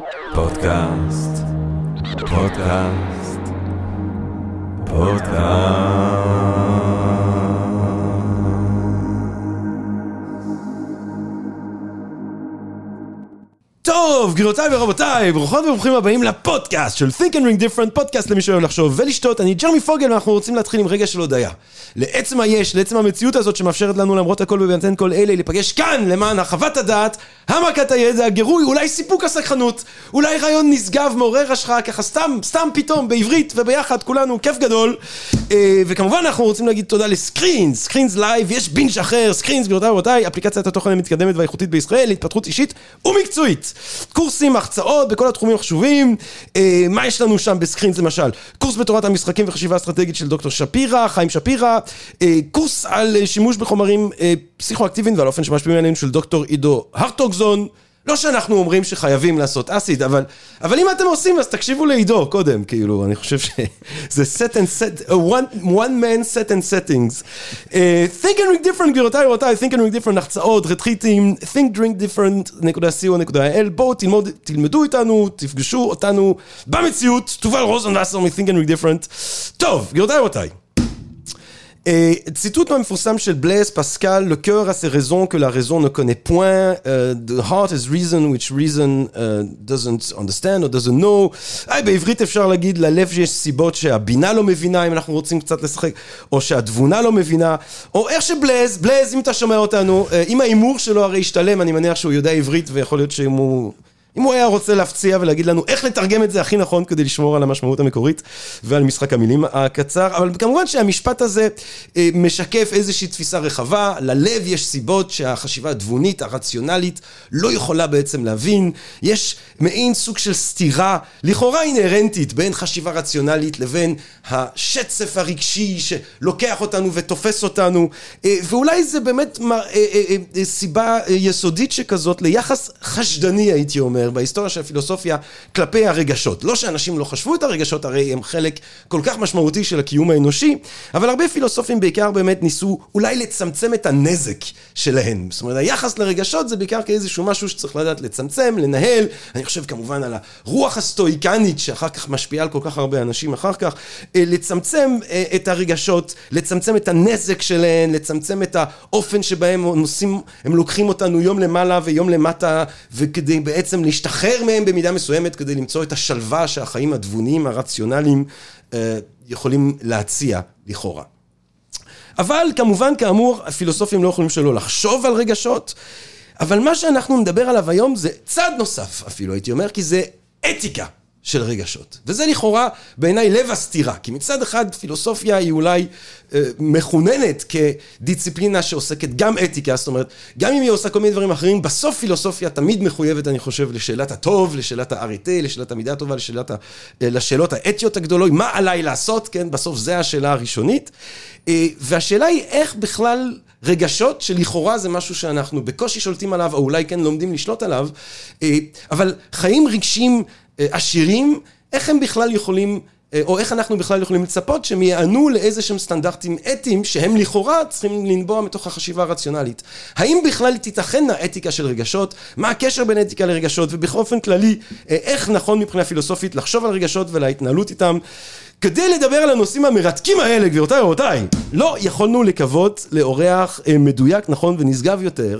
פודקאסט. טוב, גבירותיי ורבותיי, ברוכות וברוכים הבאים לפודקאסט של Think and Ring Different, פודקאסט למי שאוהב לחשוב ולשתות. אני ג'רמי פוגל ואנחנו רוצים להתחיל עם רגע של הודעה. לעצם המציאות הזאת שמאפשרת לנו למרות הכל ובינתן כל אלה להיפגש כאן למען הרחבת הדעת, העמקת הידע, גירוי, אולי סיפוק הסקרנות, אולי רעיון נשגב מעורר השראה, ככה סתם פתאום בעברית וביחד כולנו, כיף גדול. וכמובן אנחנו רוצים להגיד תודה לסקרינס לייב, יש בינג' אחר, סקרינס, גבירותיי ורבותיי, אפליקציית התוכן המתקדמת והאיכותית בישראל, להתפתחות אישית ומקצועית. קורסים, הרצאות בכל התחומים החשובים. מה יש לנו שם בסקרינס למשל? קורס בתורת המשחקים וחשיבה אסטרטגית של דוקטור שפירא, חיים שפירא, קורס על שימוש בחומרים פסיכואקטיביים ועל אופן שמשפיעים עלינו של דוקטור עידו הרטוגזון. לא שאנחנו אומרים שחייבים לעשות אסיד, אבל אם אתם עושים, אז תקשיבו לעידו קודם, כאילו, אני חושב שזה one man set and settings. Think and Ring Different, גבירותיי ורבותיי, Think and Ring Different, הרצאות, רטריטים, thinkdrinkdifferent.co.il, בואו תלמדו איתנו, תפגשו אותנו במציאות. תובל רוזנווסר מ-Think and Ring Different. טוב, גבירותיי ורבותיי. ציטוט מהמפורסם של בלייז פסקל, le cœur a ses raisons que la raison ne connaît point, the heart is reason which reason doesn't understand or doesn't know. בעברית אפשר להגיד, ללב יש סיבות שהבינה לא מבינה, אם אנחנו רוצים קצת לשחק, או שהתבונה לא מבינה, או איך שבלייז, אם אתה שומע אותנו, אם האימור שלו הרי ישתלם, אני מניח שהוא יודע עברית, ויכול להיות אם הוא היה רוצה להפציע ולהגיד לנו איך לתרגם את זה הכי נכון כדי לשמור על המשמעות המקורית ועל משחק המילים הקצר, אבל כמובן שהמשפט הזה משקף איזושהי תפיסה רחבה. ללב יש סיבות שהחשיבה התבונית, הרציונלית, לא יכולה בעצם להבין. יש מעין סוג של סתירה, לכאורה אינהרנטית, בין חשיבה רציונלית לבין השצף הרגשי שלוקח אותנו ותופס אותנו, ואולי זה באמת סיבה יסודית שכזאת ליחס חשדני, הייתי אומר, בהיסטוריה של הפילוסופיה כלפי הרגשות. לא שאנשים לא חשבו את הרגשות, הרי הם חלק כל כך משמעותי של הקיום האנושי, אבל הרבה פילוסופים בעיקר באמת ניסו אולי לצמצם את הנזק שלהם. זאת אומרת, היחס לרגשות זה בעיקר כאיזשהו משהו שצריך לדעת לצמצם, לנהל. אני חושב כמובן על הרוח הסטואיקנית שאחר כך משפיעה על כל כך הרבה אנשים אחר כך, לצמצם את הרגשות, לצמצם את הנזק שלהם, לצמצם את האופן שבהם הם לוקחים אותנו יום למעלה ויום למטה, וכדי בעצם להשתחרר מהם במידה מסוימת כדי למצוא את השלווה שהחיים הדבוניים, הרציונליים יכולים להציע לכאורה. אבל כמובן, כאמור, הפילוסופים לא יכולים שלא לחשוב על רגשות, אבל מה שאנחנו נדבר עליו היום זה צד נוסף אפילו, הייתי אומר, כי זה אתיקה של רגשות. וזה לכאורה בעיניי לב הסתירה, כי מצד אחד פילוסופיה היא אולי מכוננת כדיציפלינה שעוסקת גם אתיקה, זאת אומרת, גם אם היא עושה כל מיני דברים אחרים, בסוף פילוסופיה תמיד מחויבת, אני חושב, לשאלת הטוב, לשאלת האריתה, לשאלת המידה הטובה, לשאלות האתיות הגדולות, מה עליי לעשות, כן? בסוף זה השאלה הראשונית. והשאלה היא איך בכלל רגשות שלכאורה זה משהו שאנחנו בקושי שולטים עליו, או אולי כן לומדים לשלוט עליו, אבל חיים רגשיים עשירים, איך הם בכלל יכולים, או איך אנחנו בכלל יכולים לצפות שהם יענו לאיזשהם סטנדרטים אתיים שהם לכאורה צריכים לנבוע מתוך החשיבה הרציונלית. האם בכלל תיתכנה אתיקה של רגשות? מה הקשר בין אתיקה לרגשות? ובאופן כללי, איך נכון מבחינה פילוסופית לחשוב על רגשות ולהתנהלות איתם? כדי לדבר על הנושאים המרתקים האלה, גבירותיי ורבותיי, לא יכולנו לקוות לאורח מדויק, נכון ונשגב יותר,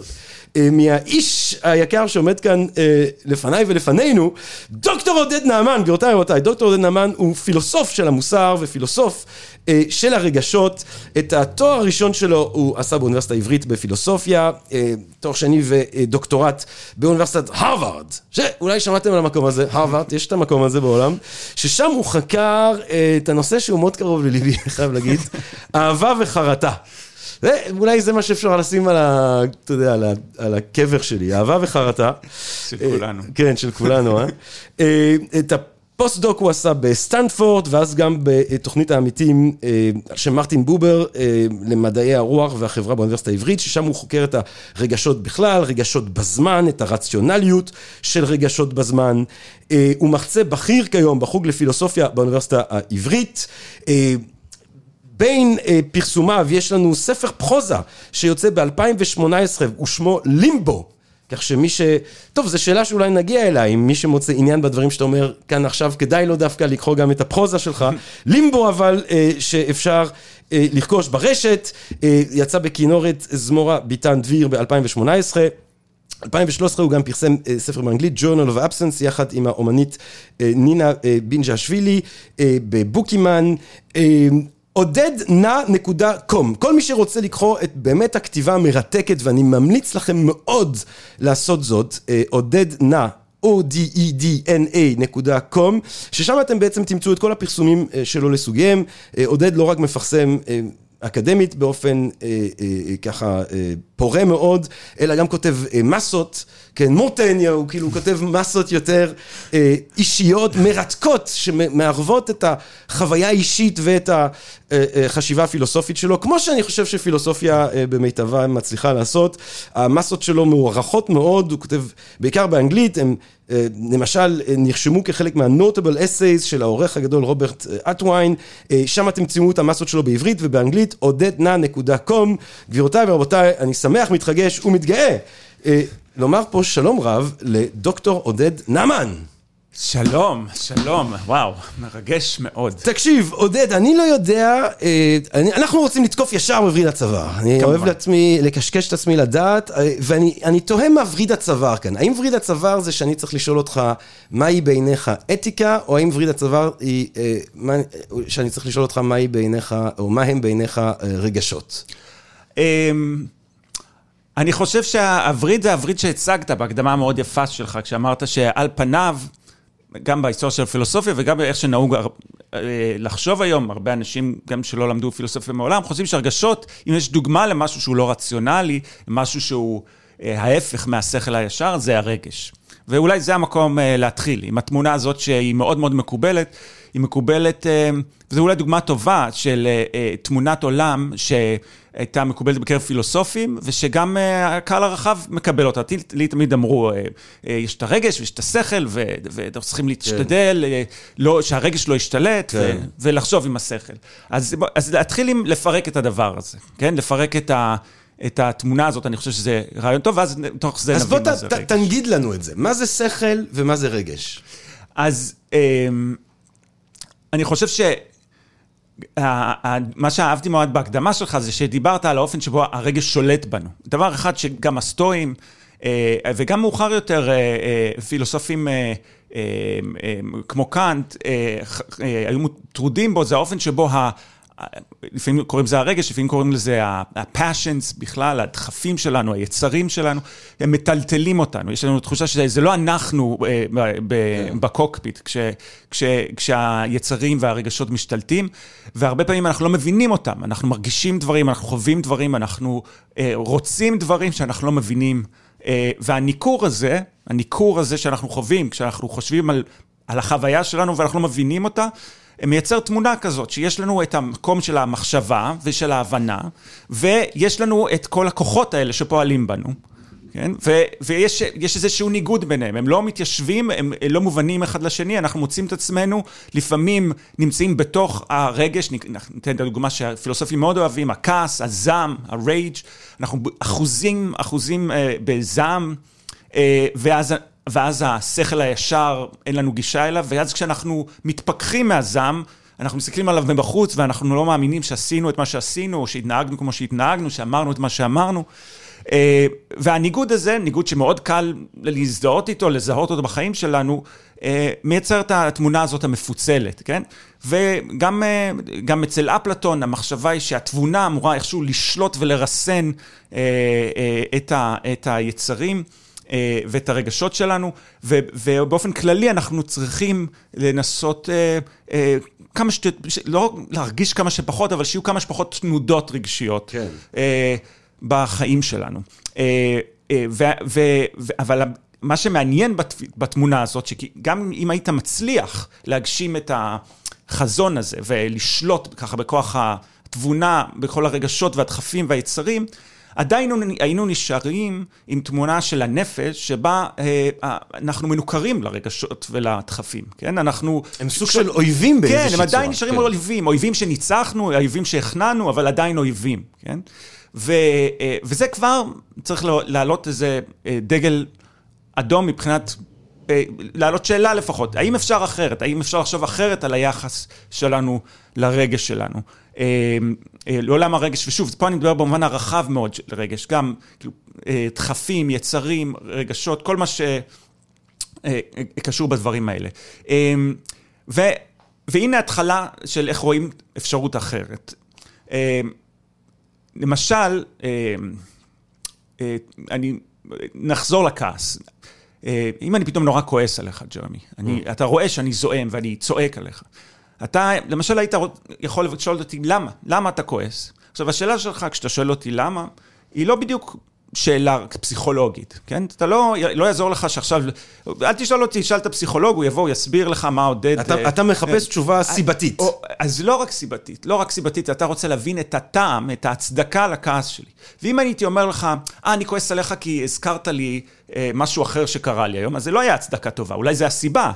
מהאיש היקר שעומד כאן לפניי ולפנינו, דוקטור עודד נעמן. גבירותיי ורבותיי, דוקטור עודד נעמן הוא פילוסוף של המוסר ופילוסוף של הרגשות. את התואר הראשון שלו הוא עשה באוניברסיטה העברית בפילוסופיה, תואר שני ודוקטורט באוניברסיטת הרווארד, שאולי שמעתם על המקום הזה, הרווארד, יש את המקום הזה בעולם, ששם הוא חקר את הנושא שהוא מאוד קרוב לליבי, חייב להגיד, אהבה וחרטה. ואולי זה מה שאפשר לשים אתה יודע, על הקבר שלי, אהבה וחרטה. של כולנו. כן, של כולנו. את הפוסט-דוק הוא עשה בסטנפורד, ואז גם בתוכנית העמיתים של מרטין בובר למדעי הרוח והחברה באוניברסיטה העברית, ששם הוא חוקר את הרגשות בכלל, רגשות בזמן, את הרציונליות של רגשות בזמן. הוא מחצה בכיר כיום בחוג לפילוסופיה באוניברסיטה העברית. בין פרסומיו יש לנו ספר פרוזה שיוצא ב-2018, ושמו לימבו, כך שמי טוב, זו שאלה שאולי נגיע אליה, אם מי שמוצא עניין בדברים שאתה אומר כאן עכשיו, כדאי לו דווקא לקרוא גם את הפרוזה שלך. לימבו אבל, שאפשר לרכוש ברשת, יצא בכינורת זמורה ביטן דביר ב-2018, 2013 הוא גם פרסם ספר באנגלית, Journal of Absence, יחד עם האומנית נינה בינג'אשווילי, בבוקימן, עודדנה.com. כל מי שרוצה לקרוא את באמת הכתיבה המרתקת, ואני ממליץ לכם מאוד לעשות זאת, עודדנה, odedna.com, ששם אתם בעצם תמצאו את כל הפרסומים שלו לסוגיהם. עודד לא רק מפרסם אקדמית באופן ככה פורה מאוד, אלא גם כותב מסות, כן, מורטניה, הוא כאילו כותב מסות יותר אישיות, מרתקות, שמערבות את החוויה האישית ואת החשיבה הפילוסופית שלו, כמו שאני חושב שפילוסופיה במיטבה מצליחה לעשות. המסות שלו מעורכות מאוד, הוא כותב בעיקר באנגלית, הם למשל נרשמו כחלק מה-notable essays של העורך הגדול רוברט אטוויין, שם אתם תמצאו את המסות שלו בעברית ובאנגלית, odedna.com. גבירותיי ורבותיי, אני שמח, מתרגש ומתגאה לומר פה שלום רב לדוקטור עודד נאמן. שלום, שלום, וואו, מרגש מאוד. תקשיב, עודד, אני לא יודע, אנחנו רוצים לתקוף ישר בווריד הצוואר. אני אוהב לעצמי, לקשקש את עצמי לדעת, ואני תוהה מה וריד הצוואר כאן. האם וריד הצוואר זה שאני צריך לשאול אותך מהי בעיניך אתיקה, או האם וריד הצוואר היא שאני צריך לשאול אותך מהי בעיניך, או מה הם בעיניך רגשות? אני חושב שהווריד זה הווריד שהצגת בהקדמה המאוד יפה שלך, כשאמרת שעל פניו, גם בהיסטוריה של פילוסופיה וגם איך שנהוג לחשוב היום, הרבה אנשים גם שלא למדו פילוסופיה מעולם, חושבים שהרגשות, אם יש דוגמה למשהו שהוא לא רציונלי, משהו שהוא ההפך מהשכל הישר, זה הרגש. ואולי זה המקום להתחיל, עם התמונה הזאת שהיא מאוד מאוד מקובלת, היא מקובלת, וזו אולי דוגמה טובה של תמונת עולם שהייתה מקובלת בקרב פילוסופים, ושגם הקהל הרחב מקבל אותה. לי תמיד אמרו, יש את הרגש ויש את השכל, וצריכים להשתדל, שהרגש לא ישתלט, ולחשוב עם השכל. אז להתחיל עם לפרק את הדבר הזה, כן? לפרק את התמונה הזאת, אני חושב שזה רעיון טוב, ואז תוך זה נבין מה זה רגש. אז בוא תנגיד לנו את זה. מה זה שכל ומה זה רגש? אז אני חושב מה שאהבתי מאוד בהקדמה שלך זה שדיברת על האופן שבו הרגש שולט בנו. דבר אחד שגם הסטואים וגם מאוחר יותר פילוסופים כמו קאנט היו מוטרדים בו, זה האופן שבו לפעמים קוראים לזה הרגש, לפעמים קוראים לזה ה-passions בכלל, הדחפים שלנו, היצרים שלנו, הם מטלטלים אותנו. יש לנו תחושה שזה לא אנחנו בקוקפיט, כשהיצרים והרגשות משתלטים, והרבה פעמים אנחנו לא מבינים אותם, אנחנו מרגישים דברים, אנחנו חווים דברים, אנחנו רוצים דברים שאנחנו לא מבינים, והניכור הזה שאנחנו חווים, כשאנחנו חושבים על החוויה שלנו ואנחנו לא מבינים אותה, מייצר תמונה כזאת, שיש לנו את המקום של המחשבה ושל ההבנה, ויש לנו את כל הכוחות האלה שפועלים בנו, כן? ויש איזשהו ניגוד ביניהם, הם לא מתיישבים, הם לא מובנים אחד לשני, אנחנו מוצאים את עצמנו, לפעמים נמצאים בתוך הרגש, ניתן את הדוגמה שהפילוסופים מאוד אוהבים, הכעס, הזעם, הרייג', אנחנו אחוזים בזעם, ואז השכל הישר, אין לנו גישה אליו, ואז כשאנחנו מתפכחים מהזעם, אנחנו מסתכלים עליו מבחוץ, ואנחנו לא מאמינים שעשינו את מה שעשינו, או שהתנהגנו כמו שהתנהגנו, שאמרנו את מה שאמרנו. והניגוד הזה, ניגוד שמאוד קל להזדהות איתו, לזהות אותו בחיים שלנו, מייצר את התמונה הזאת המפוצלת, כן? וגם אצל אפלטון, המחשבה היא שהתבונה אמורה איכשהו לשלוט ולרסן את היצרים, ואת הרגשות שלנו, ובאופן כללי אנחנו צריכים לנסות לא להרגיש כמה שפחות, אבל שיהיו כמה שפחות תנודות רגשיות בחיים שלנו. אבל מה שמעניין בתמונה הזאת, שגם אם היית מצליח להגשים את החזון הזה, ולשלוט ככה בכוח התבונה, בכל הרגשות והדחפים והיצרים, עדיין היינו נשארים עם תמונה של הנפש, שבה אנחנו מנוכרים לרגשות ולדחפים, כן? הם סוג של אויבים באיזושהי צורה. כן, הם עדיין נשארים אויבים, אויבים שניצחנו, אויבים שהכנענו, אבל עדיין אויבים, כן? וזה כבר צריך להעלות איזה דגל אדום מבחינת, להעלות שאלה לפחות, האם אפשר אחרת, האם אפשר לחשוב אחרת על היחס שלנו לרגש שלנו, לעולם הרגש, ושוב, פה אני מדבר במובן הרחב מאוד של רגש, גם דחפים, יצרים, רגשות, כל מה שקשור בדברים האלה. והנה התחלה של איך רואים אפשרות אחרת. למשל, אני נחזור לכעס. אם אני פתאום נורא כועס עליך, ג'רמי, אתה רואה שאני זועם ואני צועק עליך. אתה, למשל, היית יכול לשאול אותי, למה? למה אתה כועס? עכשיו, השאלה שלך, כשאתה שואל אותי למה, היא לא בדיוק שאלה פסיכולוגית, כן? אתה לא יעזור לך שעכשיו, אל תשאל אותי, שאל את הפסיכולוג, הוא יבוא, הוא יסביר לך מה עודד. אתה מחפש תשובה סיבתית. אז לא רק סיבתית, אתה רוצה להבין את הטעם, את ההצדקה לכעס שלי. ואם הייתי אומר לך, אני כועס עליך כי הזכרת לי משהו אחר שקרה לי היום, אז זה לא היה הצדקה טובה, אולי זה הסיבה,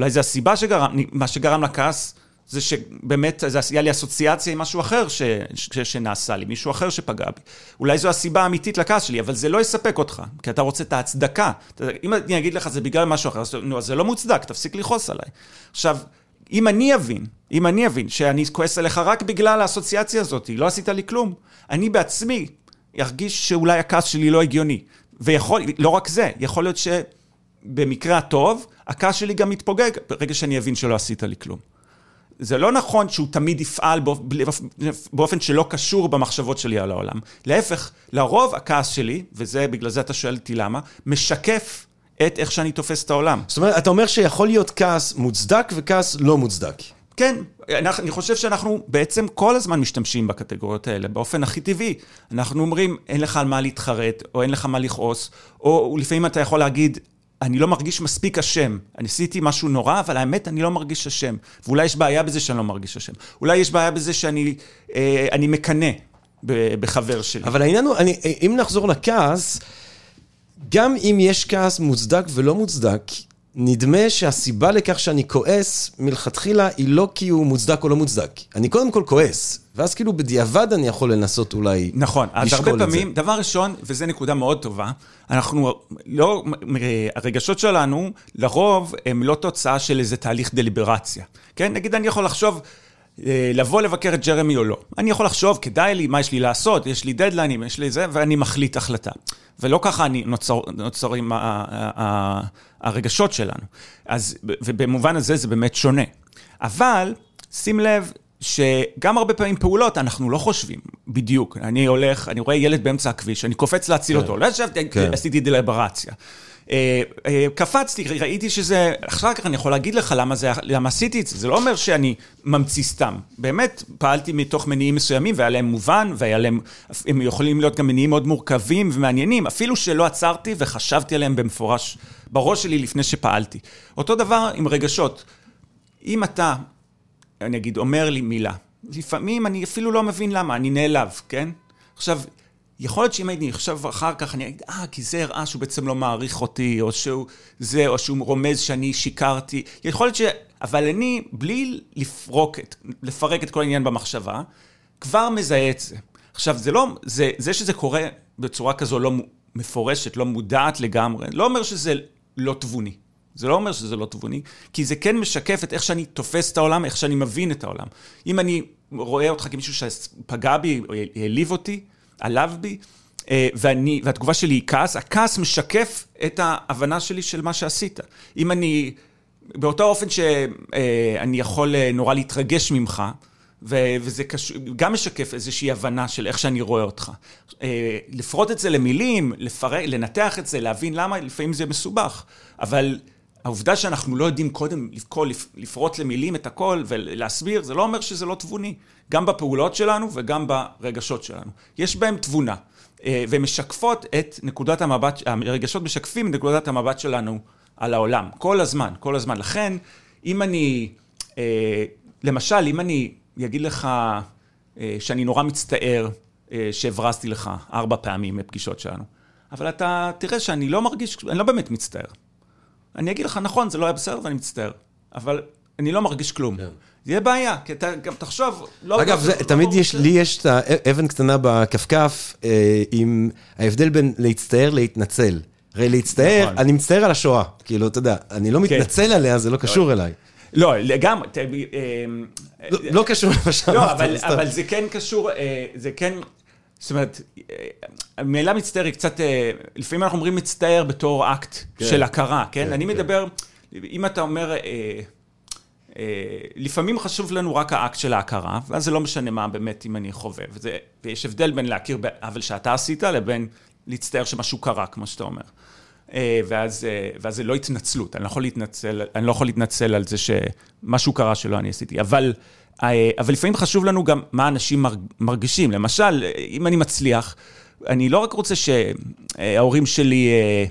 מה שגרם לכעס, זה שבאמת, זה היה לי אסוציאציה עם משהו אחר שנעשה לי, מישהו אחר שפגע בי. אולי זו הסיבה האמיתית לכעס שלי, אבל זה לא יספק אותך, כי אתה רוצה את ההצדקה. אם אני אגיד לך, זה בגלל משהו אחר, אז זה לא מוצדק, תפסיק לכעוס עליי. עכשיו, אם אני אבין שאני כועס עליך רק בגלל האסוציאציה הזאת, לא עשית לי כלום, אני בעצמי ארגיש שאולי הכעס שלי לא הגיוני. לא רק זה, יכול להיות שבמקרה הטוב, הכעס שלי גם מתפוגג, ברגע שאני אבין שלא עשית לי כלום. זה לא נכון שהוא תמיד יפעל באופן שלא קשור במחשבות שלי על העולם. להפך, לרוב הכעס שלי, וזה בגלל זה אתה שואל אותי למה, משקף את איך שאני תופס את העולם. זאת אומרת, אתה אומר שיכול להיות כעס מוצדק וכעס לא מוצדק. כן, אני חושב שאנחנו בעצם כל הזמן משתמשים בקטגוריות האלה, באופן הכי טבעי. אנחנו אומרים, אין לך על מה להתחרט, או אין לך מה לכעוס, או לפעמים אתה יכול להגיד, אני לא מרגיש מספיק אשם. אני עשיתי משהו נורא, אבל האמת, אני לא מרגיש אשם. ואולי יש בעיה בזה שאני לא מרגיש אשם. אולי יש בעיה בזה שאני מקנא בחבר שלי. אבל העניין הוא, אם נחזור לכעס, גם אם יש כעס מוצדק ולא מוצדק, נדמה שהסיבה לכך שאני כועס מלכתחילה היא לא כי הוא מוצדק או לא מוצדק. אני קודם כל כועס, ואז כאילו בדיעבד אני יכול לנסות אולי נכון, אז הרבה פעמים, דבר ראשון, וזו נקודה מאוד טובה, אנחנו לא, הרגשות שלנו לרוב הם לא תוצאה של איזה תהליך דליברציה. כן? נגיד אני יכול לחשוב, לבוא לבקר את ג'רמי או לא. אני יכול לחשוב, כדאי לי, מה יש לי לעשות, יש לי דדליינים, יש לי זה, ואני מחליט החלטה. ולא ככה נוצרים הרגשות שלנו. אז, ובמובן הזה זה באמת שונה. אבל, שים לב שגם הרבה פעמים פעולות אנחנו לא חושבים בדיוק. אני הולך, אני רואה ילד באמצע הכביש, אני קופץ להציל אותו. לא ישבתי, עשיתי דליברציה. קפצתי, ראיתי שזה, אחר כך אני יכול להגיד לך למה עשיתי את זה, זה לא אומר שאני ממציא סתם, באמת פעלתי מתוך מניעים מסוימים, והיה להם מובן, הם יכולים להיות גם מניעים מאוד מורכבים ומעניינים, אפילו שלא עצרתי וחשבתי עליהם במפורש בראש שלי לפני שפעלתי. אותו דבר עם רגשות, אם אתה, אני אגיד, אומר לי מילה, לפעמים אני אפילו לא מבין למה, אני נעלב, כן? עכשיו, יכול להיות שאם הייתי חושב אחר כך, אני אגיד, כי זה הראה שהוא בעצם לא מעריך אותי, או שהוא רומז שאני שיקרתי. יכול להיות אבל אני, בלי לפרק את כל העניין במחשבה, כבר מזהה את זה. עכשיו, זה שזה קורה בצורה כזו לא מפורשת, לא מודעת לגמרי, לא אומר שזה לא תבוני. זה לא אומר שזה לא תבוני, כי זה כן משקף את איך שאני תופס את העולם, איך שאני מבין את העולם. אם אני רואה אותך כמישהו שפגע בי, או העליב אותי, עליו בי, והתגובה שלי היא כעס, הכעס משקף את ההבנה שלי של מה שעשית. אם אני, באותו אופן שאני יכול נורא להתרגש ממך, וזה גם משקף איזושהי הבנה של איך שאני רואה אותך. לפרוט את זה למילים, לנתח את זה, להבין למה, לפעמים זה מסובך. אבל העובדה שאנחנו לא יודעים קודם לפרוט למילים את הכל ולהסביר, זה לא אומר שזה לא תבוני. גם בפעולות שלנו וגם ברגשות שלנו. יש בהם תבונה, ומשקפות את נקודת המבט, הרגשות משקפים את נקודת המבט שלנו על העולם, כל הזמן, כל הזמן. לכן, אם אני, למשל, אם אני אגיד לך שאני נורא מצטער שהברזתי לך 4 פעמים בפגישות שלנו, אבל אתה תראה שאני לא מרגיש, אני לא באמת מצטער. אני אגיד לך, נכון, זה לא היה בסדר ואני מצטער, אבל אני לא מרגיש כלום. זה יהיה בעיה, כי אתה גם תחשוב... אגב, תמיד לי יש את האבן קטנה בכפכף, עם ההבדל בין להצטער להתנצל. הרי להצטער, אני מצטער על השואה, כאילו, אתה יודע, אני לא מתנצל עליה, זה לא קשור אליי. לא, לגמרי. לא קשור למשל. לא, אבל זה כן קשור, זה כן... זאת אומרת, המילה מצטער היא קצת... לפעמים אנחנו אומרים מצטער בתור אקט של הכרה, כן? אני מדבר... אם אתה אומר... לפעמים חשוב לנו רק האקט של ההכרה, ואז זה לא משנה מה באמת אם אני חווה. ויש הבדל בין להכיר בעוול שאתה עשית, לבין להצטער שמשהו קרה, כמו שאתה אומר. ואז זה לא התנצלות. אני לא יכול להתנצל על זה שמשהו קרה שלא אני עשיתי. אבל לפעמים חשוב לנו גם מה אנשים מרגישים. למשל, אם אני מצליח, אני לא רק רוצה שההורים שלי...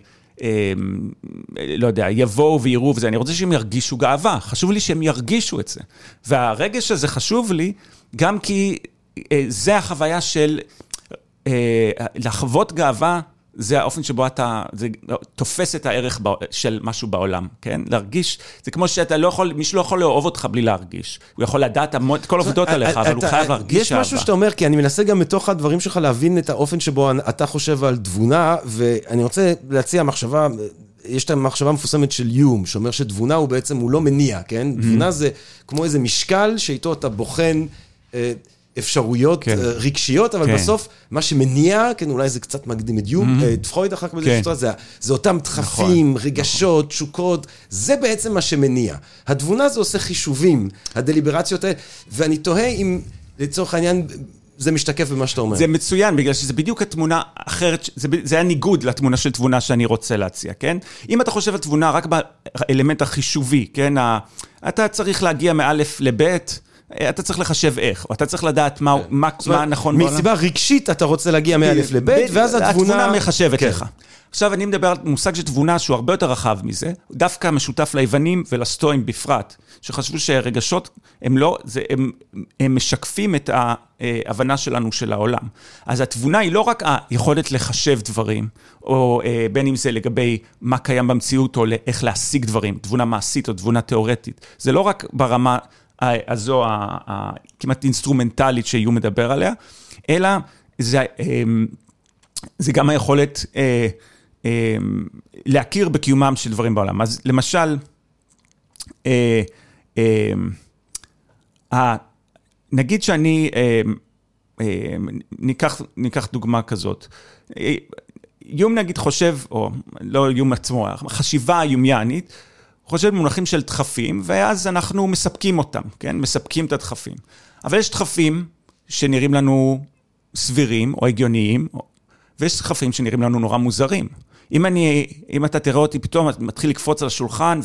לא יודע, יבואו ויראו וזה, אני רוצה שהם ירגישו גאווה, חשוב לי שהם ירגישו את זה. והרגש הזה חשוב לי, גם כי זה החוויה של לחוות גאווה, זה האופן שבו אתה, זה תופס את הערך של משהו בעולם, כן? להרגיש, זה כמו שאתה לא יכול, מישהו לא יכול לאהוב אותך בלי להרגיש. הוא יכול לדעת את כל עבודות עליך, אבל הוא חייב להרגיש יש משהו שאתה אומר, כי אני מנסה גם מתוך הדברים שלך להבין את האופן שבו אתה חושב על תבונה, ואני רוצה להציע מחשבה, יש את המחשבה המפורסמת של יום, שאומר שתבונה הוא בעצם, הוא לא מניע, כן? תבונה זה כמו איזה משקל שאיתו אתה בוחן אפשרויות רגשיות, אבל בסוף מה שמניע, כן, אולי זה קצת מקדים את יום, פרויד אחר כך בזה שטרה, זה אותם דחפים, רגשות, תשוקות, זה בעצם מה שמניע. התבונה זה עושה חישובים, הדליברציות האלה, ואני תוהה אם לצורך העניין זה משתקף במה שאתה אומר. זה מצוין, בגלל שזה בדיוק התמונה אחרת, זה היה ניגוד לתמונה של תבונה שאני רוצה להציע, כן? אם אתה חושב על תבונה רק באלמנט החישובי, כן? אתה צריך להגיע מאלף לבית, אתה צריך לחשב איך, או אתה צריך לדעת מה נכון בעולם. מסיבה רגשית אתה רוצה להגיע מאלף לבית, ואז התבונה מחשבת לך. עכשיו אני מדבר על מושג של תבונה שהוא הרבה יותר רחב מזה, דווקא משותף ליוונים ולסטואים בפרט, שחשבו שהרגשות הם משקפים את ההבנה שלנו של העולם. אז התבונה היא לא רק היכולת לחשב דברים, או בין אם זה לגבי מה קיים במציאות, או איך להשיג דברים, תבונה מעשית או תבונה תיאורטית. זה לא רק ברמה הזו כמעט אינסטרומנטלית שיום מדבר עליה, אלא זה גם היכולת להכיר בקיומם של דברים בעולם. אז למשל, נגיד שאני, ניקח דוגמה כזאת, יום נגיד חושב, או לא יום עצמו, חשיבה יומיינית, חושב במונחים של דחפים, ואז אנחנו מספקים אותם, כן? מספקים את הדחפים. אבל יש דחפים שנראים לנו סבירים או הגיוניים, ויש דחפים שנראים לנו נורא מוזרים. אם אתה תראה אותי פתאום, אתה מתחיל לקפוץ על השולחן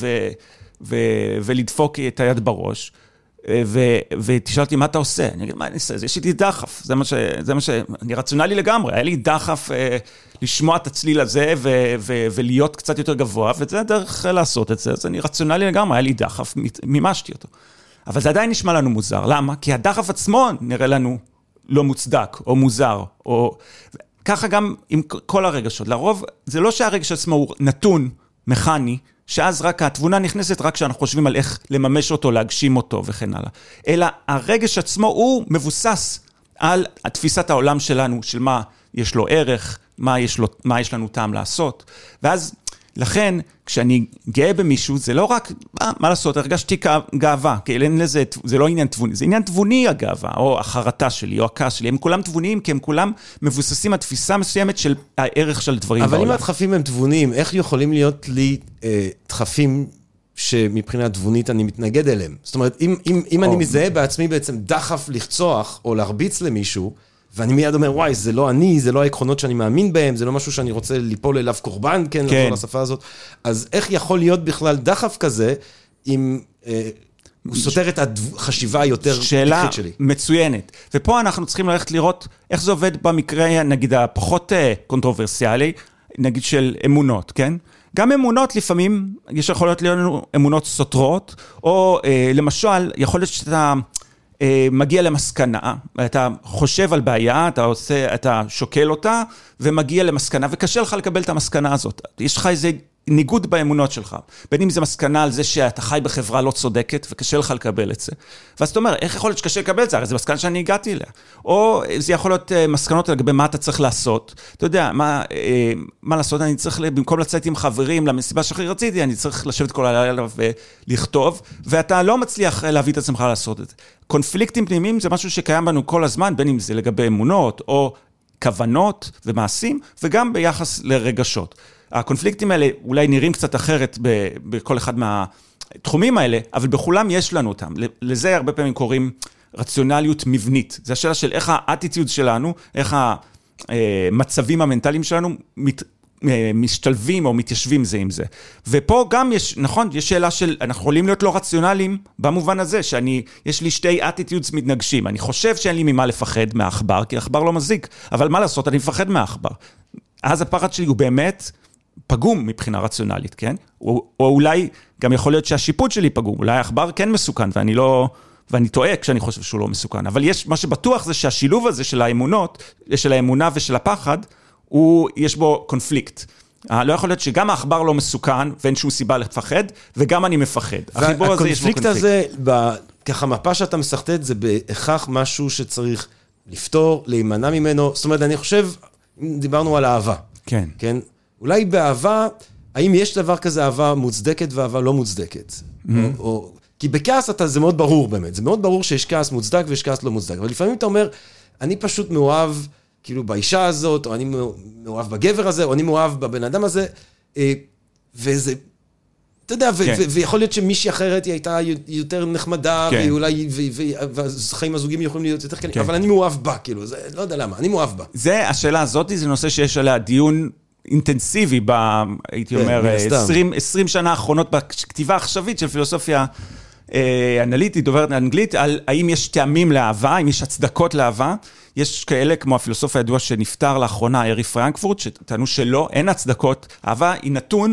ולדפוק את היד בראש, ותשאל אותי מה אתה עושה. אני אגיד, מה אני עושה? יש לי דחף. זה מה אני רציונלי לגמרי. היה לי דחף לשמוע את הצליל הזה ולהיות קצת יותר גבוה, וזה הדרך לעשות את זה. אז אני רציונלי לגמרי, היה לי דחף, מימשתי אותו. אבל זה עדיין נשמע לנו מוזר. למה? כי הדחף עצמו נראה לנו לא מוצדק או מוזר. ככה גם עם כל הרגשות. לרוב, זה לא שהרגש עצמו הוא נתון, מכני, שאז רק התבונה נכנסת רק כשאנחנו חושבים על איך לממש אותו, להגשים אותו וכן הלאה. אלא הרגש עצמו הוא מבוסס על תפיסת העולם שלנו, של מה יש לו ערך, מה יש לנו טעם לעשות. ואז לכן, כשאני גאה במישהו, זה לא רק מה לעשות, הרגשתי גאווה, כי אין לזה, זה לא עניין תבוני, זה עניין תבוני הגאווה, או החרטה שלי, או הכעס שלי, הם כולם תבוניים, כי הם כולם מבוססים על תפיסה מסוימת של הערך של דברים בעולם. אבל אם הדחפים הם תבוניים, איך יכולים להיות לי דחפים שמבחינה תבונית אני מתנגד אליהם? זאת אומרת, אם אני מזהה בעצמי בעצם דחף לחצוח, או להרביץ למישהו, ואני מיד אומר, וואי, זה לא אני, זה לא העקרונות שאני מאמין בהם, זה לא משהו שאני רוצה ליפול אליו קורבן, כן, לחזור לשפה הזאת. אז איך יכול להיות בכלל דחף כזה, אם הוא סותר את החשיבה היותר פתחית שלי? שאלה מצוינת. ופה אנחנו צריכים ללכת לראות איך זה עובד במקרה, נגיד, הפחות קונטרוברסיאלי, נגיד של אמונות, כן? גם אמונות לפעמים, יש יכולות להיות לנו אמונות סותרות, או למשל, יכול להיות שאתה מגיע למסקנה, אתה חושב על בעיה, אתה שוקל אותה, ומגיע למסקנה, וקשה לך לקבל את המסקנה הזאת. יש לך איזה ניגוד באמונות שלך. בין אם זה מסקנה על זה שאתה חי בחברה לא צודקת, וקשה לך לקבל את זה. ואז אתה אומר, איך יכול להיות שקשה לקבל את זה? הרי זה מסקנה שאני הגעתי אליה. או זה יכול להיות מסקנות לגבי מה אתה צריך לעשות. אתה יודע, מה לעשות? אני צריך, במקום לצאת עם חברים למסיבה שהכי רציתי, אני צריך לשבת כל הלילה ולכתוב, ואתה לא מצליח להביא את עצמך לעשות את זה. קונפליקטים פנימיים זה משהו שקיים בנו כל הזמן, בין אם זה לגבי אמונות, או כוונות ומעשים, וגם ביחס לרגשות. הקונפליקטים האלה אולי נראים קצת אחרת בכל אחד מהתחומים האלה, אבל בכולם יש לנו אותם. לזה הרבה פעמים קוראים רציונליות מבנית. זה השאלה של איך האטיטיוד שלנו, איך המצבים המנטליים שלנו משתלבים או מתיישבים זה עם זה. ופה גם יש, נכון, יש שאלה של, אנחנו יכולים להיות לא רציונליים במובן הזה, יש לי שתי אטיטיודס מתנגשים. אני חושב שאין לי ממה לפחד מהאחבר, כי האחבר לא מזיק, אבל מה לעשות, אני מפחד מהאחבר. אז הפחד שלי הוא באמת פגום מבחינה רציונלית, כן? או אולי גם יכול להיות שהשיפוט שלי פגום, אולי האחבר כן מסוכן, ואני טועה כשאני חושב שהוא לא מסוכן. אבל מה שבטוח זה שהשילוב הזה של האמונות, של האמונה ושל הפחד, יש בו קונפליקט. לא יכול להיות שגם האחבר לא מסוכן, ואין שום סיבה לפחד, וגם אני מפחד. והקונפליקט הזה, ככה מפה שאתה מסחטט, זה בהכרח משהו שצריך לפתור, להימנע ממנו. זאת אומרת, אני חושב, דיברנו על אהבה. כן. כן? אולי באהבה, האם יש דבר כזה אהבה מוצדקת ואהבה לא מוצדקת? כי בכעס זה מאוד ברור באמת. זה מאוד ברור שיש כעס מוצדק ויש כעס לא מוצדק. אבל לפעמים אתה אומר, אני פשוט מאוהב כאילו באישה הזאת, או אני מאוהב בגבר הזה, או אני מאוהב בבן אדם הזה, וזה, אתה יודע, ויכול להיות שמישהי אחרת היא הייתה יותר נחמדה, ואולי, והחיים הזוגים יכולים להיות יותר קלים, אבל אני מאוהב בה, כאילו, לא יודע למה, אני מאוהב בה. זה, השאלה הזאת, זה נושא שיש עליה דיון אינטנסיבי, הייתי אומר, 20 שנה האחרונות בכתיבה העכשווית של פילוסופיה אנליטית, דוברת אנגלית, על האם יש טעמים לאהבה, האם יש הצדקות לאהבה. יש כאלה, כמו הפילוסוף הידוע שנפטר לאחרונה, ארי פרנקפורט, שטענו שלא, אין הצדקות. אהבה היא נתון,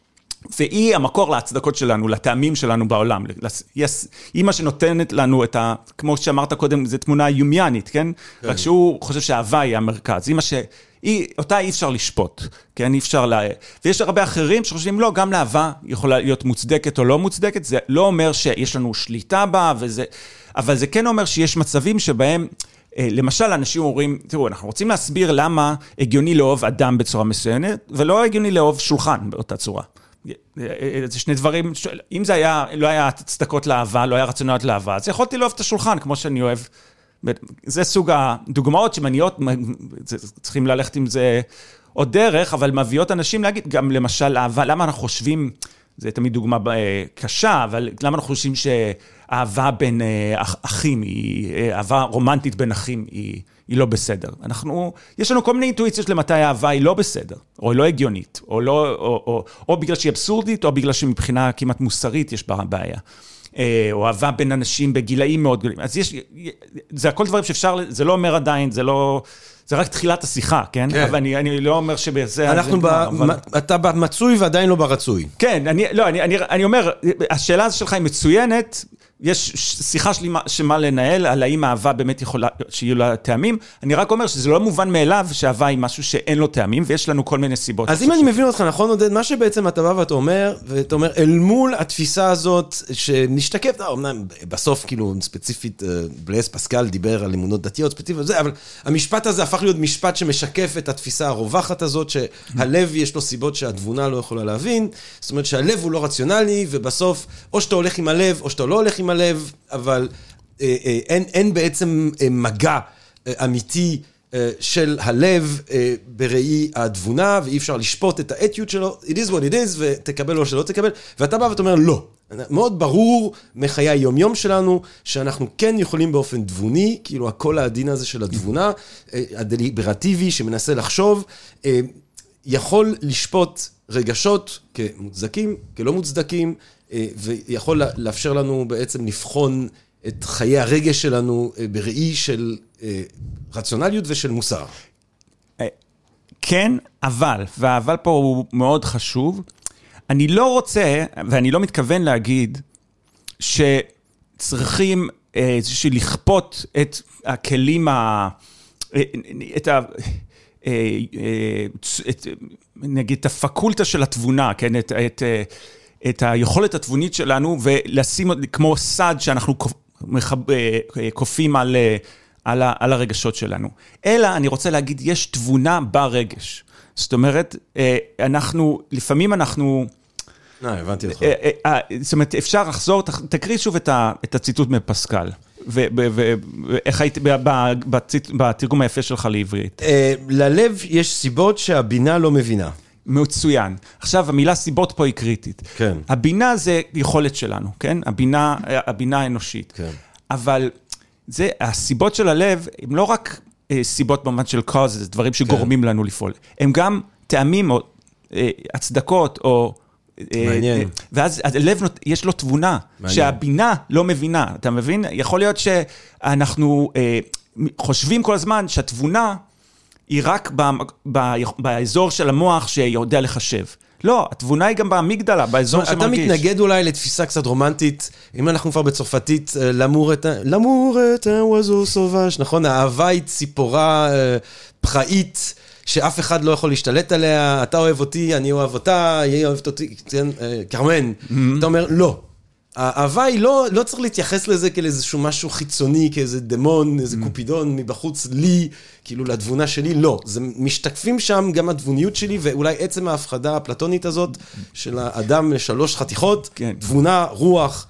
והיא המקור להצדקות שלנו, לטעמים שלנו בעולם. היא מה שנותנת לנו את כמו שאמרת קודם, זו תמונה יומיינית, כן? רק שהוא חושב שהאהבה היא המרכז. אותה אי אפשר לשפוט, כן? אי אפשר ויש הרבה אחרים שחושבים, לא, גם לאהבה יכולה להיות מוצדקת או לא מוצדקת, זה לא אומר שיש לנו שליטה בה, אבל זה כן אומר שיש מצבים שבהם, למשל, אנשים אומרים, תראו, אנחנו רוצים להסביר למה הגיוני לאהוב אדם בצורה מסוימת, ולא הגיוני לאהוב שולחן באותה צורה. זה שני דברים, אם זה לא היה הצדקות לאהבה, לא היה רצונליות לאהבה, אז יכולתי לאהוב את השולחן, כמו שאני אוהב. זה סוג הדוגמאות שמניעות, צריכים ללכת עם זה עוד דרך, אבל מביאות אנשים להגיד, גם למשל, אהבה, למה אנחנו חושבים, זה תמיד דוגמה קשה, אבל למה אנחנו חושבים שאהבה בין אחים, אהבה רומנטית בין אחים, היא לא בסדר. יש לנו כל מיני אינטואיציות למתי האהבה היא לא בסדר, או היא לא הגיונית, או בגלל שהיא אבסורדית, או בגלל שמבחינה כמעט מוסרית יש בה בעיה. או אהבה בין אנשים בגילאים מאוד גדולים. אז זה הכל דברים שאפשר, זה לא אומר עדיין, זה רק תחילת השיחה, כן? אבל אני לא אומר שבזה... אתה מצוי ועדיין לא ברצוי. כן, אני אומר, השאלה הזו שלך היא מצוינת, יש שיחה שמה לנהל, על האם האהבה באמת יכולה, שיהיו לה טעמים. אני רק אומר שזה לא מובן מאליו, שהאהבה היא משהו שאין לו טעמים, ויש לנו כל מיני סיבות. אז אם אני מבין אותך, נכון, עודד, מה שבעצם אתה בא ואתה אומר, אל מול התפיסה הזאת, שנשתקף, אמנם בסוף, כאילו, ספציפית, בלייס פסקל דיבר על אמונות דתיות ספציפיות, אבל המשפט הזה הפך להיות משפט שמשקף את התפיסה הרווחת הזאת, שהלב יש לו סיבות שהתבונה לא יכולה להבין, זאת אומרת שהלב הוא לא רציונלי, ובסוף, או שאתה הולך עם הלב, או שאתה לא הולך עם הלב, אבל אין בעצם מגע אמיתי של הלב בראי התבונה, ואי אפשר לשפוט את האתיות שלו, it is what it is, ותקבל או שלא תקבל, ואתה בא ואתה אומר לא. מאוד ברור מחיי היום-יום שלנו, שאנחנו כן יכולים באופן תבוני, כאילו הכל העדין הזה של התבונה, הדליברטיבי שמנסה לחשוב, יכול לשפוט רגשות כמוצדקים, כלא מוצדקים, ויכול לאפשר לנו בעצם לבחון את חיי הרגש שלנו בראי של רציונליות ושל מוסר. כן, והאבל פה הוא מאוד חשוב. אני לא רוצה, ואני לא מתכוון להגיד, שצריכים לכפות את הכלים, נגיד, את הפקולטה של התבונה, כן? את היכולת התבונית שלנו, ולשים כמו סד שאנחנו קופים על הרגשות שלנו. אלא, אני רוצה להגיד, יש תבונה ברגש. זאת אומרת, לפעמים אנחנו... הבנתי אותך. זאת אומרת, אפשר לחזור, תקריא שוב את הציטוט מפסקל, ואיך הייתי בתרגום היפה שלך לעברית. ללב יש סיבות שהבינה לא מבינה. מצוין. עכשיו, המילה סיבות פה היא קריטית. כן. הבינה זה יכולת שלנו, כן? הבינה האנושית. כן. אבל הסיבות של הלב, הם לא רק סיבות במובן של causes, דברים שגורמים לנו לפעול. הם גם טעמים או הצדקות או... מעניין. ואז הלב יש לו תבונה, שהבינה לא מבינה. אתה מבין? יכול להיות שאנחנו חושבים כל הזמן שהתבונה היא רק באזור של המוח שיודע לחשב. לא, התבונה היא גם באמיגדלה, באזור שמרגיש. אתה מתנגד אולי לתפיסה קצת רומנטית, אם אנחנו כבר בצרפתית, למור את ווזו סובש, נכון? האהבה היא ציפורה פראית, שאף אחד לא יכול להשתלט עליה, אתה אוהב אותי, אני אוהב אותה, היא אוהבת אותי, קרמן. אתה אומר, לא. האהבה היא לא צריך להתייחס לזה כאיזשהו משהו חיצוני, כאיזה דמון, איזה קופידון מבחוץ לי, כאילו לתבונה שלי, לא. זה משתקפים שם גם התבוניות שלי, ואולי עצם ההפחדה הפלטונית הזאת, של האדם לשלוש חתיכות, תבונה, רוח,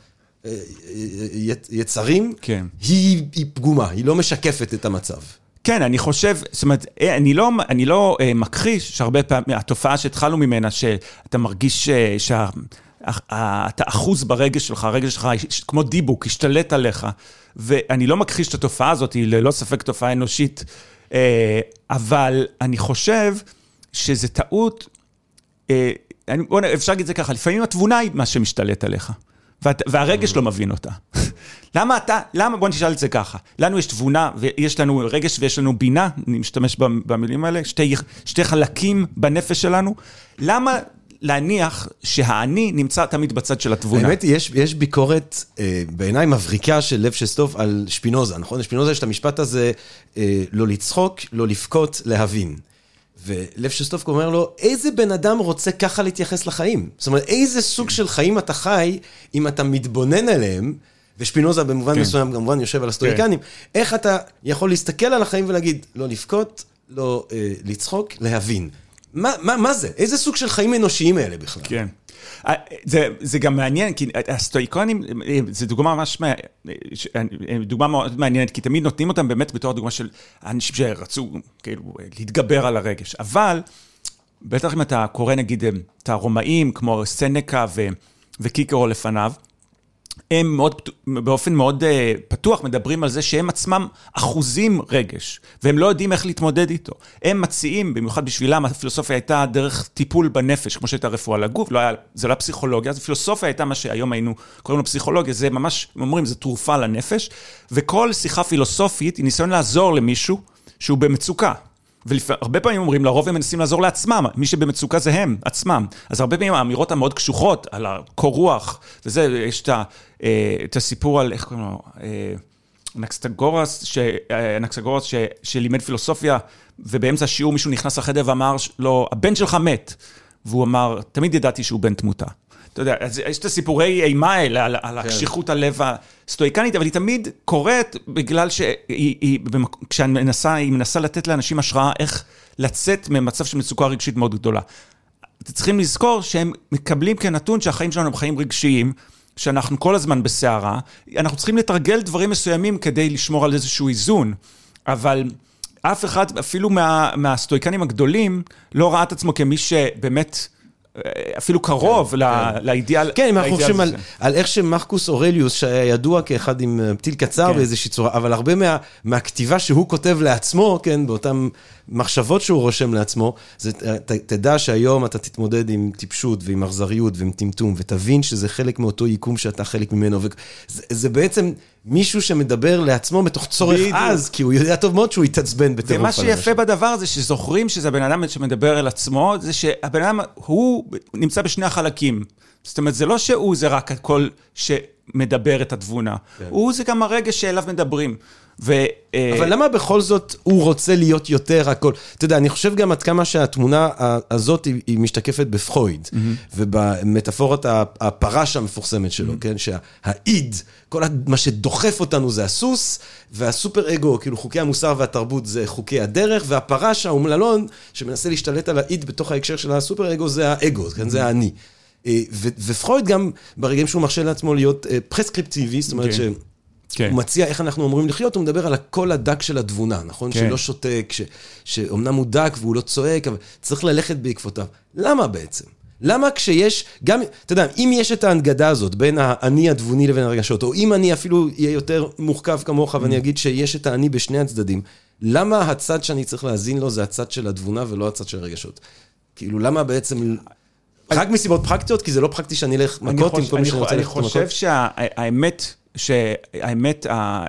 יצרים, היא פגומה, היא לא משקפת את המצב. כן, אני חושב, זאת אומרת, אני לא מכחיש שהרבה פעמים, התופעה שהתחלנו ממנה, שאתה מרגיש אתה אחוז ברגש שלך, הרגש שלך כמו דיבוק, השתלט עליך, ואני לא מכחיש את התופעה הזאת, היא ללא ספק תופעה אנושית, אבל אני חושב שזה טעות, אפשר להגיד את זה ככה, לפעמים התבונה היא מה שמשתלט עליך, והרגש לא מבין אותה. למה, בוא נשאל את זה ככה, לנו יש תבונה, ויש לנו רגש ויש לנו בינה, אני משתמש במילים האלה, שתי חלקים בנפש שלנו, למה להניח שהאני נמצא תמיד בצד של התבונה? האמת היא, יש ביקורת בעיניי מבריקה של לב שסטוף על שפינוזה, נכון? לשפינוזה יש את המשפט הזה, לא לצחוק, לא לבכות, להבין. ולב שסטוף אומר לו, איזה בן אדם רוצה ככה להתייחס לחיים? זאת אומרת, איזה סוג של חיים אתה חי, אם אתה מתבונן עליהם, ושפינוזה במובן מסוים כמובן יושב על הסטואיקנים, איך אתה יכול להסתכל על החיים ולהגיד, לא לבכות, לא לצחוק, להבין. מה זה? איזה סוג של חיים אנושיים האלה בכלל? כן. זה גם מעניין, כי הסטואיקונים, זה דוגמה מאוד מעניינת, כי תמיד נותנים אותם באמת בתור דוגמה של אנשים שרצו כאילו להתגבר על הרגש. אבל, בטח אם אתה קורא נגיד את הרומאים, כמו סנקה וקיקרו לפניו, הם באופן מאוד פתוח מדברים על זה שהם עצמם אחוזים רגש, והם לא יודעים איך להתמודד איתו. הם מציעים, במיוחד בשבילם, הפילוסופיה הייתה דרך טיפול בנפש, כמו שהייתה רפואה לגוף, זה לא פסיכולוגיה, אז הפילוסופיה הייתה מה שהיום היינו קוראים לו פסיכולוגיה, זה ממש, אומרים, זה תרופה לנפש, וכל שיחה פילוסופית היא ניסיון לעזור למישהו שהוא במצוקה. והרבה פעמים אומרים, לרוב הם מנסים לעזור לעצמם, מי שבמצוקה זה הם, עצמם. אז הרבה פעמים האמירות המאוד קשוחות, על הקור רוח, וזה, יש את הסיפור על, איך קוראים לו, אנקסגורס שלימד פילוסופיה, ובאמצע השיעור מישהו נכנס לחדר ואמר לו, הבן שלך מת, והוא אמר, תמיד ידעתי שהוא בן תמותה. אתה יודע, אז יש את הסיפורי אימה האלה על הקשיחות הלב הסטואיקנית, אבל היא תמיד קורית בגלל כשהיא מנסה לתת לאנשים השראה איך לצאת ממצב של מצוקה רגשית מאוד גדולה. אתם צריכים לזכור שהם מקבלים כנתון שהחיים שלנו הם חיים רגשיים, שאנחנו כל הזמן בסערה, אנחנו צריכים לתרגל דברים מסוימים כדי לשמור על איזשהו איזון, אבל אף אחד, אפילו מהסטואיקנים הגדולים, לא ראה את עצמו כמי שבאמת אפילו קרוב לאידיאל. כן, אם אנחנו חושבים על איך שמרקוס אורליוס, שהיה ידוע כאחד עם פתיל קצר באיזושהי צורה, אבל הרבה מהכתיבה שהוא כותב לעצמו, כן, באותן מחשבות שהוא רושם לעצמו, תדע שהיום אתה תתמודד עם טיפשות ועם אכזריות ועם טמטום, ותבין שזה חלק מאותו יקום שאתה חלק ממנו, זה בעצם מישהו שמדבר לעצמו בתוך צורך אז, כי הוא יודע טוב מאוד שהוא יתעצבן בטירוף. ומה שיפה בדבר זה שזוכרים שזה הבן אדם שמדבר אל עצמו, זה שהבן אדם, הוא נמצא בשני החלקים. זאת אומרת, זה לא שהוא, זה רק הכל מדבר את התבונה. הוא זה גם הרגש שאליו מדברים. אבל למה בכל זאת הוא רוצה להיות יותר הכל? אתה יודע, אני חושב גם עד כמה שהתמונה הזאת היא משתקפת בפרויד, ובמטאפורת הפרש המפורסמת שלו, כן? שהאיד, כל מה שדוחף אותנו זה הסוס, והסופר אגו, כאילו חוקי המוסר והתרבות זה חוקי הדרך, והפרש האומללון שמנסה להשתלט על האיד בתוך ההקשר של הסופר אגו זה האגו, כן? זה האני. ופרויד גם ברגעים שהוא מרשה לעצמו להיות פרסקריפטיבי, זאת אומרת הוא מציע איך אנחנו אמורים לחיות, הוא מדבר על הקול הדק של התבונה, נכון? שלא שותק, שאומנם הוא דק והוא לא צועק, אבל צריך ללכת בעקבותיו. למה בעצם? למה כשיש, גם, אתה יודע, אם יש את ההנגדה הזאת בין האני התבוני לבין הרגשות, או אם אני אפילו אהיה יותר מורכב כמוך ואני אגיד שיש את האני בשני הצדדים, למה הצד שאני צריך להזין לו זה הצד של התבונה ולא הצד של הרגשות? כאילו, למה בעצם... רק מסיבות פרקטיות, כי זה לא פרקטי שאני אלך מכות עם כל מי שאני רוצה ללכת מכות. אני חושב שהאמת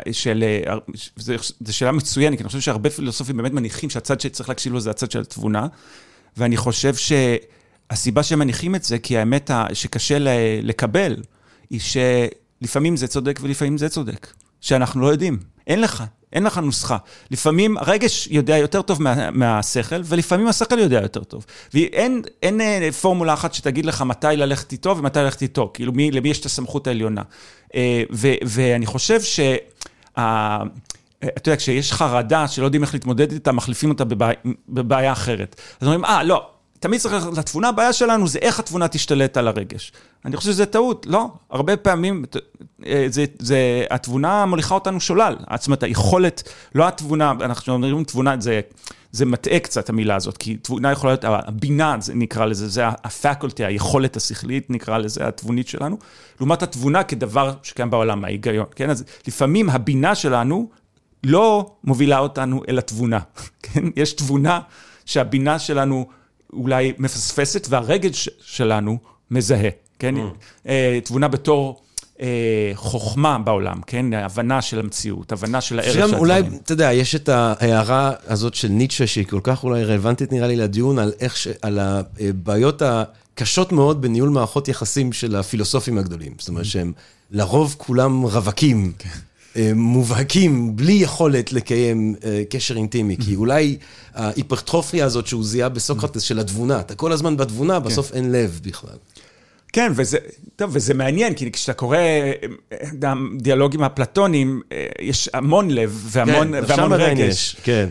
זו שאלה מצוינת, כי אני חושב שהרבה פילוסופים באמת מניחים שהצד שצריך להקשיב לו זה הצד של התבונה, ואני חושב שהסיבה שהם מניחים את זה, כי האמת שקשה לקבל, היא שלפעמים זה צודק ולפעמים זה צודק, שאנחנו לא יודעים, אין לך נוסחה. לפעמים הרגש יודע יותר טוב מהשכל, ולפעמים השכל יודע יותר טוב. ואין פורמולה אחת שתגיד לך מתי ללכת איתו ומתי ללכת איתו, כאילו למי יש את הסמכות העליונה. ואני חושב אתה יודע, כשיש חרדה שלא יודעים איך להתמודד איתה, מחליפים אותה בבעיה אחרת. אז אומרים, לא, תמיד צריך לתבונה, הבעיה שלנו זה איך התבונה תשתלט על הרגש. אני חושב שזה טעות, לא. הרבה פעמים התבונה מוליכה אותנו שולל. זאת אומרת, היכולת, לא התבונה, אנחנו אומרים תבונה, זה מטעה קצת המילה הזאת, כי תבונה יכולה להיות, הבינה נקרא לזה, זה הפקולטי, היכולת השכלית נקרא לזה, התבונית שלנו, לעומת התבונה כדבר שקיים בעולם, ההיגיון. כן? אז לפעמים הבינה שלנו לא מובילה אותנו אל התבונה. כן? יש תבונה שהבינה שלנו אולי מפספסת, והרגש שלנו מזהה, כן? תבונה בתור חוכמה בעולם, כן? הבנה של המציאות, הבנה של הערך של הדברים. אולי, אתה יודע, יש את ההערה הזאת של ניטשה, שהיא כל כך אולי רלוונטית נראה לי לדיון, על הבעיות הקשות מאוד בניהול מערכות יחסים של הפילוסופים הגדולים. זאת אומרת שהם לרוב כולם רווקים. מובהקים, בלי יכולת לקיים קשר אינטימי, כי אולי ההיפרטרופיה הזאת שהוא זיהה בסוקרטס של התבונה, אתה כל הזמן בתבונה, בסוף אין לב בכלל. כן, וזה מעניין, כי כשאתה קורא דיאלוגים הפלטונים, יש המון לב והמון רגש. כן.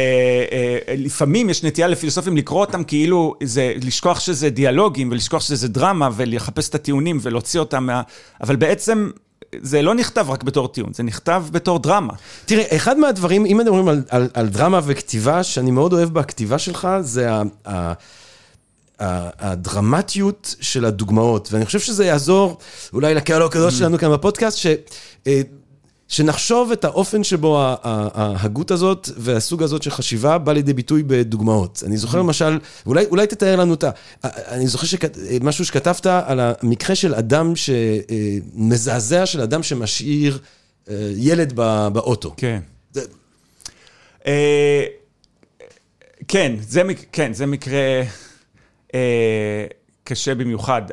לפעמים יש נטייה לפילוסופים לקרוא אותם כאילו, לשכוח שזה דיאלוגים, ולשכוח שזה דרמה, ולחפש את הטיעונים ולהוציא אותם, אבל בעצם זה לא נכתב רק בתור טיעון, זה נכתב בתור דרמה. תראה, אחד מהדברים, אם מדברים על דרמה וכתיבה, שאני מאוד אוהב בכתיבה שלך, זה הדרמטיות של הדוגמאות, ואני חושב שזה יעזור אולי לקהל הכזאת שלנו כאן בפודקאסט, שנחשוב את האופן שבו ההגות הזאת והסוג הזאת של חשיבה בא לידי ביטוי בדוגמאות. אני זוכר למשל, אולי תתאר לנו אותה, אני זוכר משהו שכתבת על המקרה של אדם מזעזע של אדם שמשאיר ילד באוטו. כן. כן, זה מקרה קשה במיוחד.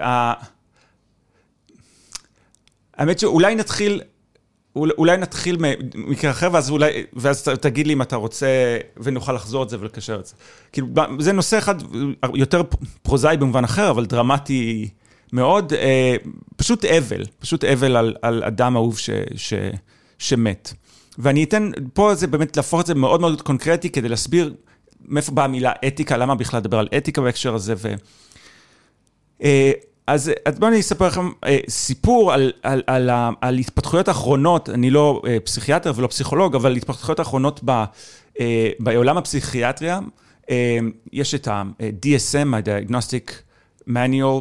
האמת שאולי נתחיל ממקרה אחר, ואז תגיד לי אם אתה רוצה, ונוכל לחזור את זה ולקשר את זה. כאילו, זה נושא אחד יותר פרוזאי במובן אחר, אבל דרמטי מאוד, פשוט אבל על אדם אהוב שמת. ואני אתן, פה זה באמת להפוך את זה מאוד מאוד קונקרטי, כדי להסביר מאיפה באה המילה אתיקה, למה בכלל לדבר על אתיקה בהקשר הזה, אז בואו אני אספר לכם סיפור על התפתחויות האחרונות, אני לא פסיכיאטר ולא פסיכולוג, אבל התפתחויות האחרונות בעולם הפסיכיאטריה, יש את ה-DSM, ה-Diagnostic Manual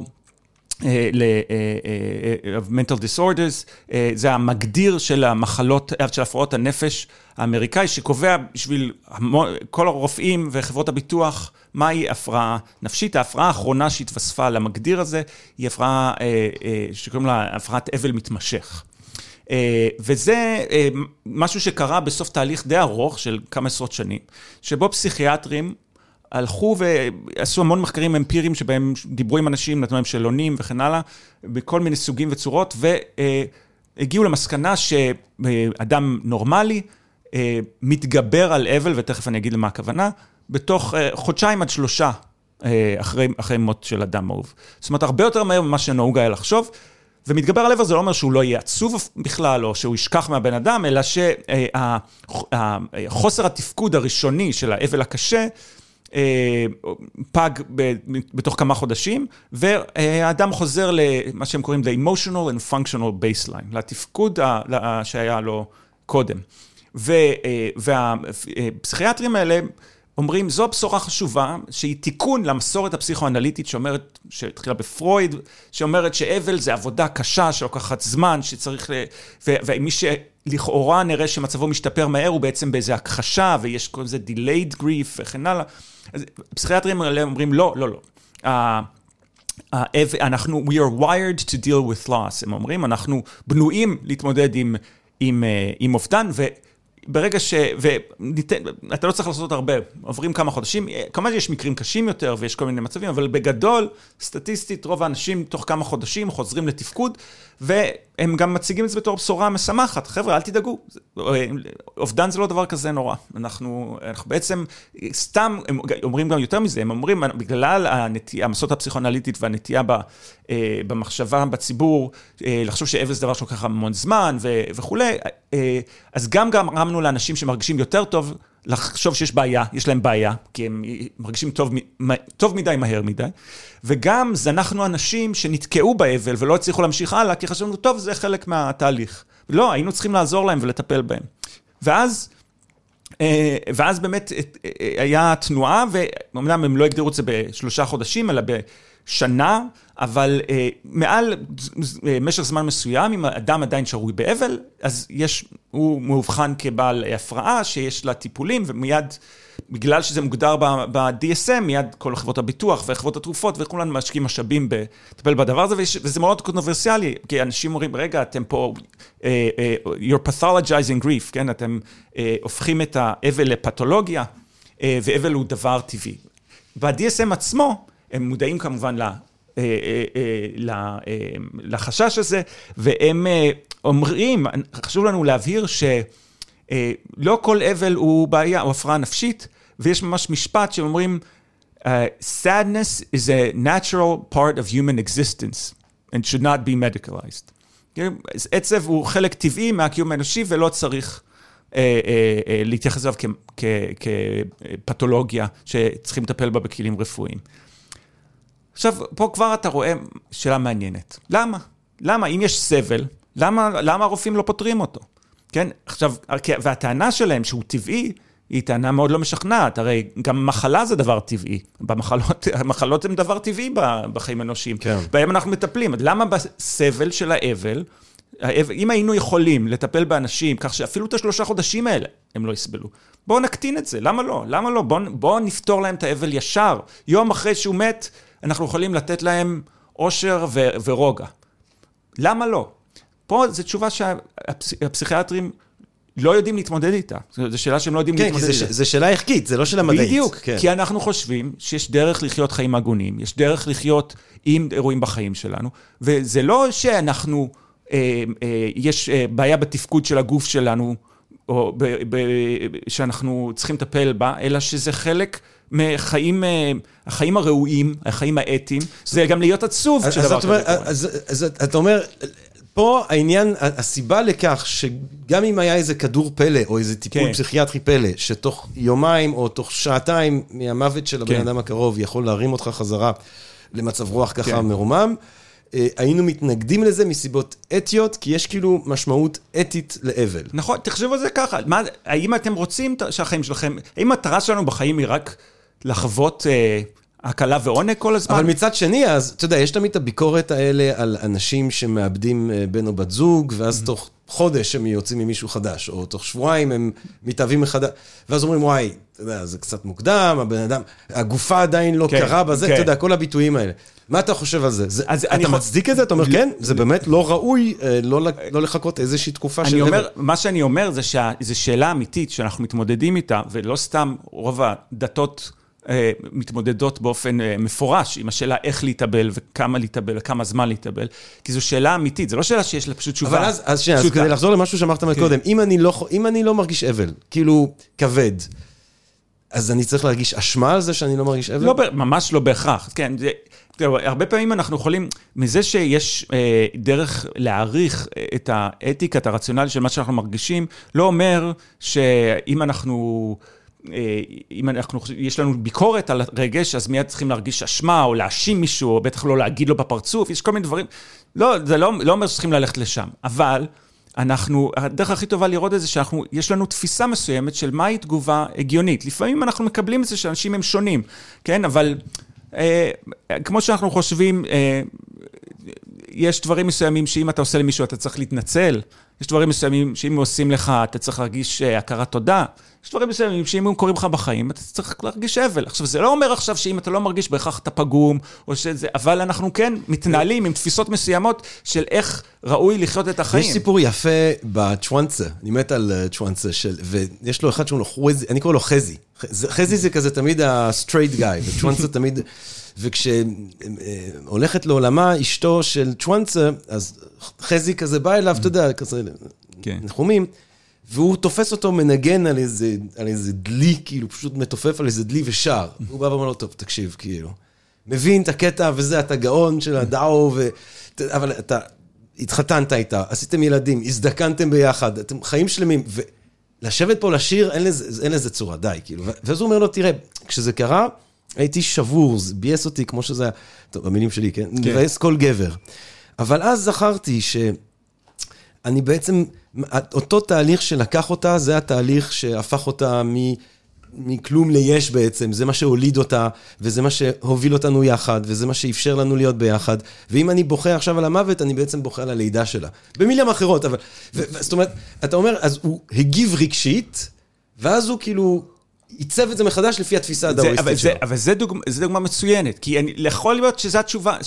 of Mental Disorders, זה המגדיר של המחלות, של הפרעות הנפש האמריקאי, שקובע בשביל כל הרופאים וחברות הביטוח, מהי הפרעה נפשית. ההפרעה האחרונה שהתווספה למגדיר הזה, היא הפרעה שקוראים לה הפרעת אבל מתמשך. וזה משהו שקרה בסוף תהליך די ארוך של כמה עשרות שנים, שבו פסיכיאטרים הלכו ועשו המון מחקרים אמפיריים שבהם דיברו עם אנשים, נתנו להם שאלונים וכן הלאה, בכל מיני סוגים וצורות, הגיעו למסקנה שאדם נורמלי מתגבר על אבל, ותכף אני אגיד למה הכוונה, בתוך 2 עד 3 אחרי מות של אדם אהוב. זאת אומרת, הרבה יותר מהר ממה שנהוג היה לחשוב, ומתגבר על אבל זה לא אומר שהוא לא יהיה עצוב בכלל, או שהוא ישכח מהבן אדם, אלא שהחוסר התפקוד הראשוני של האבל הקשה, פג בתוך כמה חודשים, והאדם חוזר למה שהם קוראים ל-emotional and functional baseline, לתפקוד שהיה לו קודם. והפסיכיאטרים האלה אומרים, זו בשורה חשובה, שהיא תיקון למסורת הפסיכואנליטית שאומרת, שהתחילה בפרויד, שאומרת שאבל זה עבודה קשה, שלוקחת זמן, שצריך ומי שלכאורה נראה שמצבו משתפר מהר, הוא בעצם באיזו הכחשה, ויש כל זה delayed grief וכן הלאה. אז הפסיכיאטרים האלה אומרים, לא, לא, לא. אנחנו, we are wired to deal with loss, הם אומרים, אנחנו בנויים להתמודד עם אובדן, ברגע אתה לא צריך לעשות הרבה, עוברים כמה חודשים, כמובן יש מקרים קשים יותר ויש כל מיני מצבים, אבל בגדול, סטטיסטית, רוב האנשים תוך כמה חודשים חוזרים לתפקוד, והם גם מציגים את זה בתור בשורה משמחת. חבר'ה, אל תדאגו, אובדן זה לא דבר כזה נורא. אנחנו בעצם, סתם, הם אומרים גם יותר מזה, הם אומרים, בגלל המסורת הפסיכואנליטית והנטייה במחשבה בציבור, לחשוב שאבל זה דבר שלוקח המון זמן וכו', אז גם גרמנו לאנשים שמרגישים יותר טוב, לחשוב שיש בעיה, יש להם בעיה, כי הם מרגישים טוב מדי, מהר מדי, וגם זנחנו אנשים שנתקעו באבל ולא הצליחו להמשיך הלאה, כי חשבנו, טוב, זה חלק מהתהליך. לא, היינו צריכים לעזור להם ולטפל בהם. ואז באמת היה תנועה, ואומנם הם לא הגדירו את זה ב3 חודשים, אלא בשנה, אבל מעל משך זמן מסוים, אם האדם עדיין שרוי באבל, אז הוא מאובחן כבעל הפרעה, שיש לה טיפולים, ומיד, בגלל שזה מוגדר ב-DSM, מיד כל חברות הביטוח וחברות התרופות, וכולן משקיעים משאבים בטפל בדבר הזה, וזה מאוד קונטרוברסיאלי, כי אנשים אומרים, רגע, אתם פה, you're pathologizing grief, כן? אתם הופכים את האבל לפתולוגיה, ואבל הוא דבר טבעי. ב-DSM עצמו, הם מודעים כמובן לחשש הזה, והם אומרים, חשוב לנו להבהיר שלא כל אבל הוא בעיה, הוא הפרעה נפשית, ויש ממש משפט שאומרים, sadness is a natural part of human existence, and should not be medicalized. עצב הוא חלק טבעי מהקיום האנושי, ולא צריך להתייחס אליו כפתולוגיה, שצריכים לטפל בה בכלים רפואיים. עכשיו, פה כבר אתה רואה שאלה מעניינת. למה? למה? אם יש סבל, למה הרופאים לא פותרים אותו? כן? עכשיו, והטענה שלהם שהוא טבעי, היא טענה מאוד לא משכנעת. הרי גם מחלה זה דבר טבעי. המחלות הן דבר טבעי בחיים האנושיים. כן. בהם אנחנו מטפלים. למה בסבל של האבל, אם היינו יכולים לטפל באנשים, כך שאפילו את 3 חודשים האלה הם לא יסבלו. בואו נקטין את זה. למה לא? למה לא? בואו נפתור להם את האבל ישר. יום אחרי שהוא מת, אנחנו יכולים לתת להם אושר ורוגע. למה לא? פה זו תשובה שהפסיכיאטרים לא יודעים להתמודד איתה. זו שאלה שהם לא יודעים להתמודד איתה. כן, כי זו שאלה ערכית, זה לא שאלה מדעית. בדיוק, כי אנחנו חושבים שיש דרך לחיות חיים הגונים, יש דרך לחיות עם אירועים בחיים שלנו, וזה לא שאנחנו, יש בעיה בתפקוד של הגוף שלנו, או שאנחנו צריכים לטפל בה, אלא שזה חלק מהחיים, החיים הראויים, החיים האתיים, זה גם להיות עצוב. אז אתה אומר, פה העניין, הסיבה לכך שגם אם היה איזה כדור פלא, או איזה טיפול פסיכיאטרי פלא, שתוך יומיים או תוך שעתיים מהמוות של הבן אדם הקרוב, יכול להרים אותך חזרה למצב רוח ככה מרומם, היינו מתנגדים לזה מסיבות אתיות, כי יש כאילו משמעות אתית לאבל. נכון, תחשבו על זה ככה. האם אתם רוצים שהחיים שלכם, האם המטרה שלנו בחיים היא רק לחוות הקלה ועונג כל הזמן? אבל מצד שני, אז אתה יודע, יש תמיד את הביקורת האלה על אנשים שמאבדים בן או בת זוג, ואז תוך חודש הם יוצאים ממישהו חדש, או תוך שבועיים הם מתאהבים מחדש, ואז אומרים, וואי, אתה יודע, זה קצת מוקדם, הבן אדם, הגופה עדיין לא קרה בזה, אתה יודע, כל הביטויים האלה. מה אתה חושב על זה? אתה מצדיק את זה? אתה אומר, כן, זה באמת לא ראוי לא לחכות איזושהי תקופה של אבל. מה שאני אומר זה שזו שאלה אמיתית שאנחנו מתמודדים איתה, ולא סתם רוב הדתות מתמודדות באופן מפורש עם השאלה איך להתאבל וכמה להתאבל, וכמה זמן להתאבל, כי זו שאלה אמיתית, זו לא שאלה שיש לה פשוט תשובה. אבל אז שנייה, אז כדי לחזור למשהו שאמרת מקודם, אם אני לא מרגיש אבל, כאילו כבד, אז אני צריך להרגיש אשמה על זה שאני לא מרגיש אבל? לא, ממש לא בהכרח, כן. הרבה פעמים אנחנו יכולים, מזה שיש דרך להעריך את האתיקה, את הרציונל של מה שאנחנו מרגישים, לא אומר שאם אנחנו, יש לנו ביקורת על רגש, אז מיד צריכים להרגיש אשמה, או להאשים מישהו, או בטח לא להגיד לו בפרצוף, יש כל מיני דברים. לא, זה לא אומר שצריכים ללכת לשם, אבל הדרך הכי טובה לראות את זה, יש לנו תפיסה מסוימת של מהי תגובה הגיונית. לפעמים אנחנו מקבלים את זה שאנשים הם שונים, כן? אבל כמו שאנחנו חושבים, יש דברים מסוימים שאם אתה עושה למישהו אתה צריך להתנצל, יש דברים מסוימים שאם עושים לך אתה צריך להרגיש הכרת תודה, יש דברים מסוימים שאם הם קוראים לך בחיים אתה צריך להרגיש אבל. עכשיו זה לא אומר עכשיו שאם אתה לא מרגיש בהכרח אתה פגום, או שזה, אבל אנחנו כן מתנהלים עם תפיסות מסוימות של איך ראוי לחיות את החיים. יש סיפור יפה בצ'ואנסה, אני מת על צ'ואנסה, ויש לו אחד שהוא אני קורא לו חזי. חזי זה כזה תמיד הסטרייט גאי, וצ'ואנסה תמיד, וכשהולכת לעולמה אשתו של צ'ואנסה, אז חזי כזה בא אליו, אתה יודע, כזה נחומים, והוא תופס אותו מנגן על איזה דלי, כאילו פשוט מתופף על איזה דלי ושר. הוא בא ואומר לו, טוב, תקשיב, כאילו. מבין את הקטע וזה, אתה גאון של הדאו, אבל אתה התחתנת איתה, עשיתם ילדים, הזדקנתם ביחד, אתם חיים שלמים, ולשבת פה לשיר, אין לזה צורה, די, כאילו. ואז הוא אומר לו, תראה, כשזה קרה, הייתי שבור, זה בייס אותי כמו שזה היה, טוב, במילים שלי, כן? מבייס כל גבר. אבל אז זכרתי שאני בעצם, אותו תהליך שלקח אותה, זה התהליך שהפך אותה מכלום ליש בעצם, זה מה שהוליד אותה, וזה מה שהוביל אותנו יחד, וזה מה שאפשר לנו להיות ביחד, ואם אני בוכה עכשיו על המוות, אני בעצם בוכה על הלידה שלה. במילים אחרות, אבל, זאת אומרת, אתה אומר, אז הוא הגיב רגשית, ואז הוא כאילו ייצב את זה מחדש לפי התפיסה הדאואיסטית שלו. אבל זה דוגמה מצוינת, כי יכול להיות שזו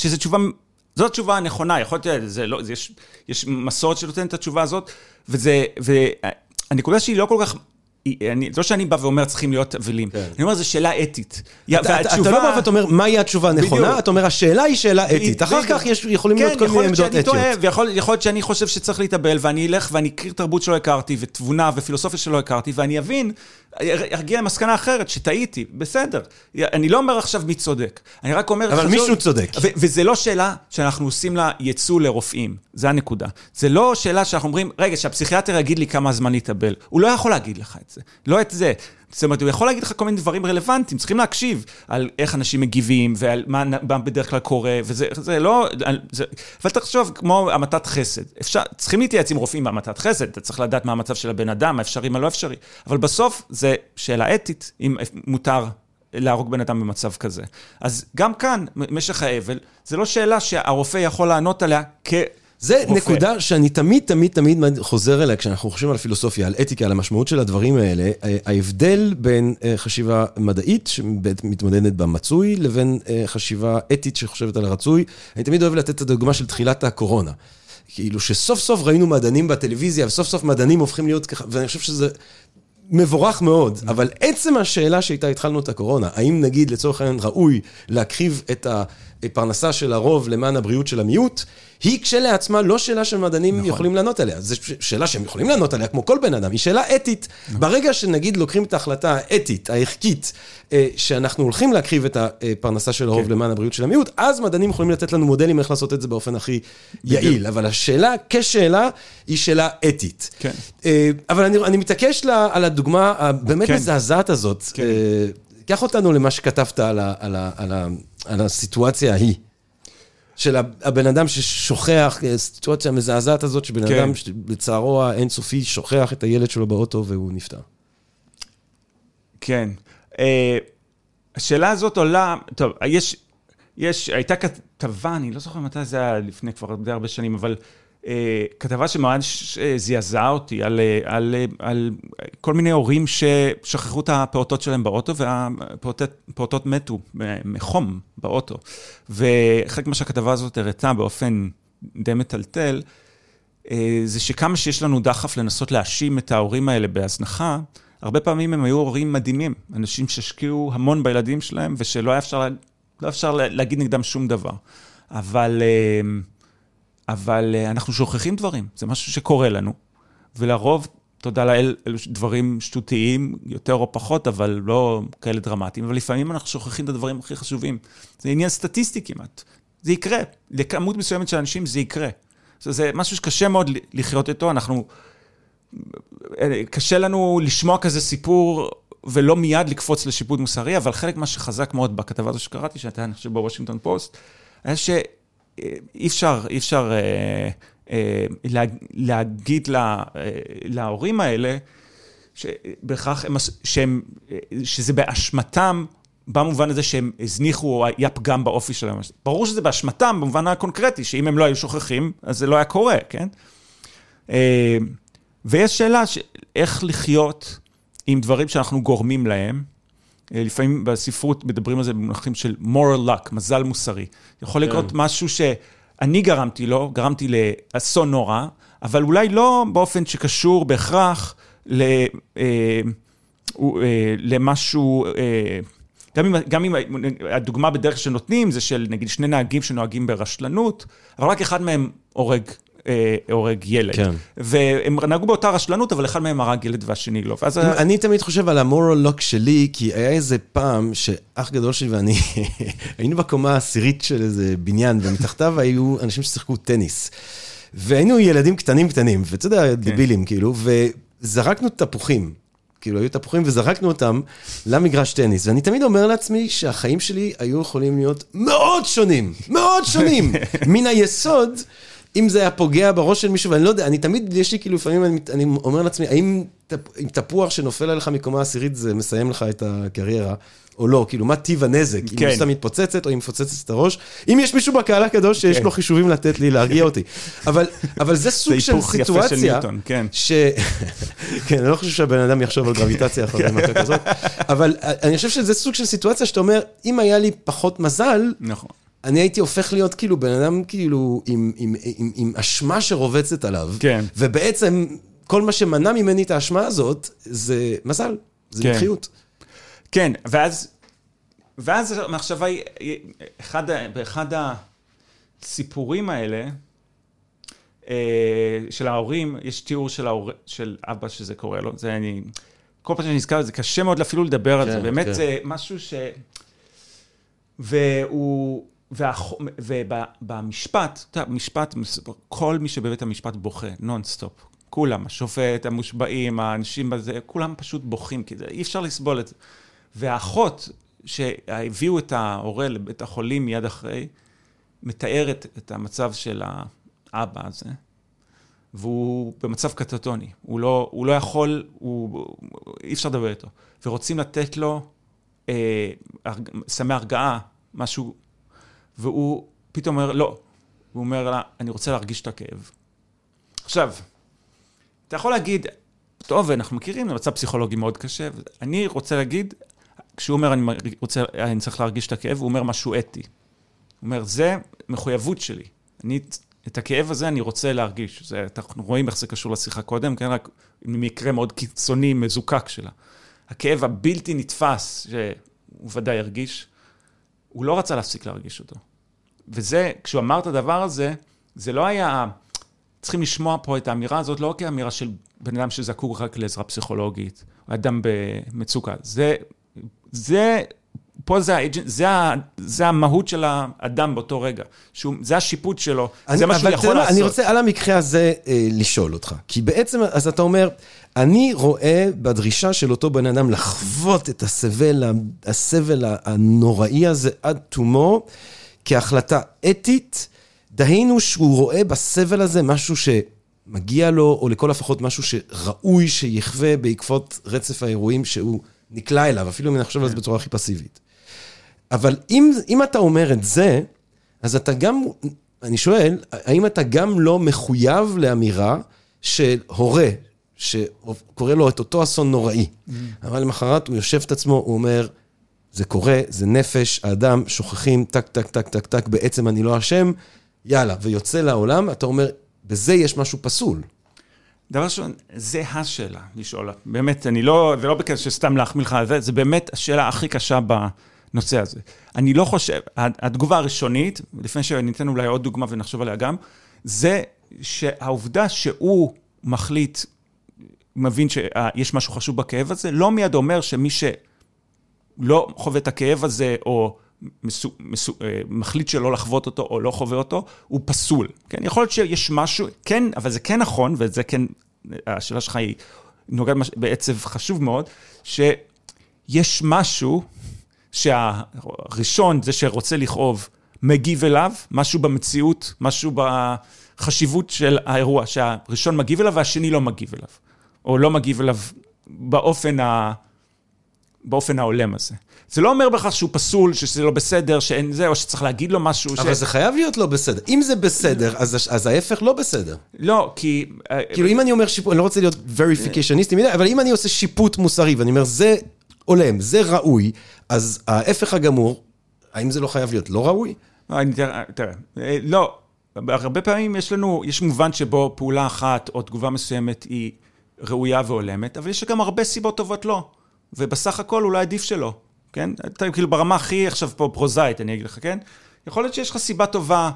התשובה הנכונה, יכול להיות, יש מסורת שנותנת את התשובה הזאת, והנקודה שהיא לא כל כך, זו שאני בא ואומר צריכים להיות אבלים. אני אומר, זו שאלה אתית. אתה לא בא ואתה אומר, מהי התשובה הנכונה? אתה אומר, השאלה היא שאלה אתית. אחר כך יכולים להיות כל מיני עמדות אתיות. ויכול להיות שאני חושב שצריך להתאבל, ואני אלך ואני אכיר תרבות שלא הכרתי, ותבונה ופילוסופיה שלא הכרתי, ואני אבין, ארגיע למסקנה אחרת, שטעיתי, בסדר. אני לא אומר עכשיו מי צודק. אני רק אומר... אבל מישהו צודק. וזה לא שאלה שאנחנו עושים לה יצוא לרופאים. זה הנקודה. זה לא שאלה שאנחנו אומרים, רגע, שהפסיכיאטר יגיד לי כמה זמן להתאבל. הוא לא יכול להגיד לך את זה. לא את זה. זאת אומרת, הוא יכול להגיד לך כל מיני דברים רלוונטיים, צריכים להקשיב על איך אנשים מגיבים, ועל מה בדרך כלל קורה, וזה לא... אבל תחשוב, כמו המתת חסד. צריכים להתייעץ עם רופאים בהמתת חסד, אתה צריך לדעת מה המצב של הבן אדם, מה אפשרי, מה לא אפשרי. אבל בסוף זה שאלה אתית, אם מותר להרוג בן אדם במצב כזה. אז גם כאן, משך האבל, זה לא שאלה שהרופא יכול לענות עליה זה נקודה שאני תמיד חוזר אליה, כשאנחנו חושבים על פילוסופיה, על אתיקה, על המשמעות של הדברים האלה, ההבדל בין חשיבה מדעית, שמתמודדת במצוי, לבין חשיבה אתית שחושבת על הרצוי. אני תמיד אוהב לתת את הדוגמה של תחילת הקורונה. כאילו שסוף סוף ראינו מדענים בטלוויזיה, וסוף סוף מדענים הופכים להיות ככה, ואני חושב שזה מבורך מאוד, אבל עצם השאלה שאיתה התחלנו את הקורונה, האם נגיד לצורך העניין ראוי להקריב את הפרנסה של הרוב למען הבריאות של המיעוט, היא כשלעצמה לא שאלה שמדענים יכולים לענות עליה. זו שאלה שהם יכולים לענות עליה כמו כל בן אדם, היא שאלה אתית. ברגע שנגיד לוקחים את ההחלטה האתית, הערכית, שאנחנו הולכים להקריב את הפרנסה של הרוב למען הבריאות של המיעוט, אז מדענים יכולים לתת לנו מודלים איך לעשות את זה באופן הכי יעיל. אבל השאלה כשאלה היא שאלה אתית. אבל אני מתעקש על הדוגמה הבאמת מזעזעת הזאת. קח אותנו למה שכתבת על הסיטואציה ההיא. של הבן אדם ששוכח, סיטואציה המזעזעת הזאת, שבן אדם בצערו האינסופי שוכח את הילד שלו באוטו והוא נפטר. כן. השאלה הזאת עולה, טוב, הייתה כתבה, אני לא זוכר מתי זה היה לפני כבר די הרבה שנים, אבל כתבה שמאוד זעזעה אותי על כל מיני הורים ששכחו את הפעוטות שלהם באוטו, והפעוטות מתו מחום באוטו. וחלק מה שהכתבה הזאת הראתה באופן די מטלטל, זה שכמה שיש לנו דחף לנסות להאשים את ההורים האלה בהזנחה, הרבה פעמים הם היו הורים מדהימים, אנשים שהשקיעו המון בילדים שלהם, ושלא היה אפשר להגיד נגדם שום דבר. אבל אנחנו שוכחים דברים, זה משהו שקורה לנו, ולרוב, תודה לאל, אלו דברים שטותיים, יותר או פחות, אבל לא כאלה דרמטיים, אבל לפעמים אנחנו שוכחים את הדברים הכי חשובים. זה עניין סטטיסטי כמעט. זה יקרה. לכמות מסוימת של אנשים זה יקרה. זה משהו שקשה מאוד לחיות איתו, קשה לנו לשמוע כזה סיפור, ולא מיד לקפוץ לשיפוט מוסרי, אבל חלק מה שחזק מאוד בכתבה הזו שקראתי, שהייתה נחשב בוושינגטון פוסט, היה שאי אפשר להגיד להורים האלה, שזה באשמתם, במובן הזה שהם הזניחו או היה פגם באופי שלהם. ברור שזה באשמתם, במובן הקונקרטי, שאם הם לא היו שוכחים, אז זה לא היה קורה, כן? ויש שאלה איך לחיות עם דברים שאנחנו גורמים להם. לפעמים בספרות מדברים על זה במונחים של moral luck, מזל מוסרי. יכול לקרות משהו שאני גרמתי לאסון נורא, אבל אולי לא באופן שקשור בהכרח למשהו, גם אם הדוגמה בדרך שנותנים זה של נגיד שני נהגים שנוהגים ברשלנות, אבל רק אחד מהם הורג ילד. כן. והם נהגו באותה רשלנות, אבל אחד מהם הרג ילד והשני לא. אני תמיד חושב על המורל לוק שלי, כי היה איזה פעם שאח גדול שלי ואני היינו בקומה העשירית של איזה בניין, ומתחתיו היו אנשים ששיחקו טניס. והיינו ילדים קטנים, ואתה יודע, דבילים כאילו, וזרקנו תפוחים. כאילו, היו תפוחים וזרקנו אותם למגרש טניס. ואני תמיד אומר לעצמי שהחיים שלי היו יכולים להיות מאוד שונים מן היסוד, אם זה היה פוגע בראש של מישהו, ואני לא יודע, אני תמיד, יש לי כאילו, לפעמים אני אומר לעצמי, האם תפוח שנופל עליך מקומה עשירית, זה מסיים לך את הקריירה, או לא, כאילו, מה טיב הנזק? אם היא סתם מתפוצצת, או היא מפוצצת את הראש? אם יש מישהו בקהל הקדוש שיש לו חישובים לתת לי, להרגיע אותי. אבל זה סוג של סיטואציה, כן, אני לא חושב שהבן אדם יחשוב על גרביטציה אחרי מכה כזאת, אבל אני חושב שזה סוג של סיטואציה שאתה אומר, אם היה לי פחות מזל, אני הייתי הופך להיות כאילו בן אדם כאילו עם אשמה שרובצת עליו, ובעצם כל מה שמנע ממני את האשמה הזאת, זה מזל, זה מחיות. כן, ואז המחשבה היא, באחד הסיפורים האלה, של ההורים, יש תיאור של אבא שזה קורה לו, זה אני, כל פעם שאני נזכר, זה קשה מאוד אפילו לדבר על זה, באמת זה משהו ובמשפט, כל מי שבבית המשפט בוכה, נונסטופ, כולם, השופט, המושבעים, האנשים בזה, כולם פשוט בוכים, כי אי אפשר לסבול את זה. והאחות שהביאו את ההורה לבית החולים מיד אחרי, מתארת את המצב של האבא הזה, והוא במצב קטטוני, הוא לא יכול, אי אפשר לדבר איתו, ורוצים לתת לו סמי הרגעה, משהו, והוא פתאום אומר, לא, הוא אומר לה, אני רוצה להרגיש את הכאב. עכשיו, אתה יכול להגיד, טוב, אנחנו מכירים, זה מצב פסיכולוגי מאוד קשה, אני רוצה להגיד, כשהוא אומר, אני צריך להרגיש את הכאב, הוא אומר משהו אתי. הוא אומר, זה מחויבות שלי. את הכאב הזה אני רוצה להרגיש. אנחנו רואים איך זה קשור לשיחה קודם, כן? רק מקרה מאוד קיצוני, מזוקק שלה. הכאב הבלתי נתפס, שהוא ודאי ירגיש, הוא לא רצה להפסיק להרגיש אותו. וזה, כשהוא אמר את הדבר הזה, זה לא היה, צריכים לשמוע פה את האמירה הזאת, לא כאמירה של בן אדם שזקוק רק לעזרה פסיכולוגית, או אדם במצוקה. פה זה המהות של האדם באותו רגע. זה השיפוט שלו, זה מה שהוא יכול לעשות. אני רוצה על המקרה הזה לשאול אותך. כי בעצם, אז אתה אומר, אני רואה בדרישה של אותו בן אדם לחוות את הסבל הנוראי הזה עד תומו, כהחלטה אתית, דהיינו שהוא רואה בסבל הזה משהו שמגיע לו, או לכל הפחות משהו שראוי שיחווה בעקבות רצף האירועים שהוא נקלע אליו, אפילו אם אני חושב על זה בצורה הכי פסיבית. אבל אם אתה אומר את זה, אז אתה גם, אני שואל, האם אתה גם לא מחויב לאמירה של הורה, שקורא לו את אותו אסון נוראי, אבל למחרת הוא יושב את עצמו, הוא אומר, זה קורה, זה נפש, האדם, שוכחים, טק, טק, טק, טק, טק, בעצם אני לא אשם, יאללה, ויוצא לעולם, אתה אומר, בזה יש משהו פסול. דבר ראשון, זה השאלה לשאול. באמת, זה לא בקשר שסתם להחמיא לך על זה, זה באמת השאלה הכי קשה בנושא הזה. אני לא חושב, התגובה הראשונית, לפני שניתן אולי עוד דוגמה ונחשוב עליה גם, זה שהעובדה שהוא מחליט, מבין שיש משהו חשוב בכאב הזה, לא מיד אומר שמי שלא חווה את הכאב הזה, או מחליט שלא לחוות אותו, או לא חווה אותו, הוא פסול. כן? יכול להיות שיש משהו, כן, אבל זה כן נכון, וזה כן, השאלה שלך היא נוגעת בעצב חשוב מאוד, שיש משהו שהראשון, זה שרוצה לכאוב, מגיב אליו, משהו במציאות, משהו בחשיבות של האירוע, שהראשון מגיב אליו והשני לא מגיב אליו, או לא מגיב אליו באופן העולם הזה. זה לא אומר בכך שהוא פסול, שזה לא בסדר, שאין זה, או שצריך להגיד לו משהו. אבל זה חייב להיות לא בסדר. אם זה בסדר, אז ההפך לא בסדר. לא, כי... כאילו, אם אני אומר שיפוט, אני לא רוצה להיות verificationistic מדי, אבל אם אני עושה שיפוט מוסרי, ואני אומר, זה עולם, זה ראוי, אז ההפך הגמור, האם זה לא חייב להיות לא ראוי? תראה, לא. הרבה פעמים יש מובן שבו פעולה אחת, או תגובה מסוימת, היא ראויה ועולמת, אבל יש גם הרבה סיבות טובות לא. ובסך הכל אולי עדיף שלא. כן? אתה כאילו ברמה הכי עכשיו פה פרוזאית, אני אגיד לך, כן? יכול להיות שיש לך סיבה טובה,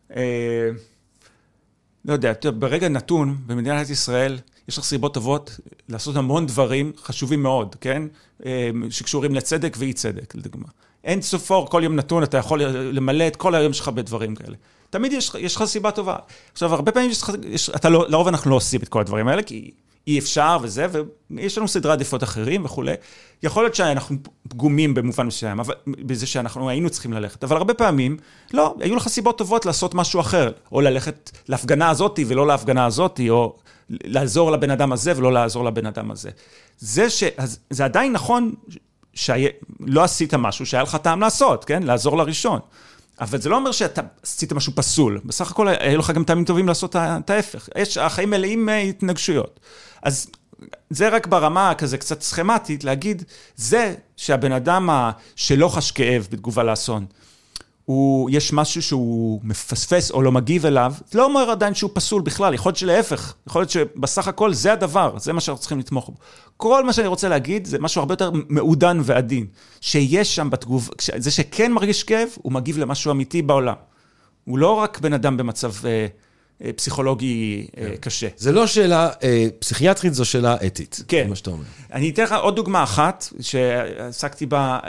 לא יודע, ברגע נתון, במדינת ישראל, יש לך סיבות טובות לעשות המון דברים חשובים מאוד, כן? שקשורים לצדק ואי צדק, לדוגמה. אין סופור, כל יום נתון, אתה יכול למלא את כל היום שלך בדברים כאלה. תמיד יש לך סיבה טובה. עכשיו, הרבה פעמים לרוב אנחנו לא עושים את כל הדברים האלה, כי אי אפשר וזה, ויש לנו סדרי עדיפות אחרים וכו'. יכול להיות שאנחנו פגומים במובן מסוים, אבל בזה שאנחנו היינו צריכים ללכת. אבל הרבה פעמים, לא, היו לך סיבות טובות לעשות משהו אחר, או ללכת להפגנה הזאת ולא להפגנה הזאת, או לעזור לבן אדם הזה ולא לעזור לבן אדם הזה. זה עדיין נכון שלא עשית משהו שהיה לך טעם לעשות, כן? לעזור לראשון. אבל זה לא אומר שאתה עשית משהו פסול. בסך הכל, היה לך גם טעמים טובים לעשות את ההפך. החיים מלאים התנגשויות. אז זה רק ברמה כזה קצת סכמטית, להגיד, זה שהבן אדם שלא חש כאב בתגובה לאסון, יש משהו שהוא מפספס או לא מגיב אליו, זה לא אומר עדיין שהוא פסול בכלל, יכול להיות שלהפך, יכול להיות שבסך הכל זה הדבר, זה מה שאנחנו צריכים לתמוך בו. כל מה שאני רוצה להגיד זה משהו הרבה יותר מעודן ועדין, שיש שם בתגובה, זה שכן מרגיש כאב, הוא מגיב למשהו אמיתי בעולם. הוא לא רק בן אדם במצב פסיכולוגי קשה. זה לא שאלה פסיכיאטרית, זו שאלה אתית. כן. מה שאתה אומר. אני אתן לך עוד דוגמה אחת, שעסקתי בה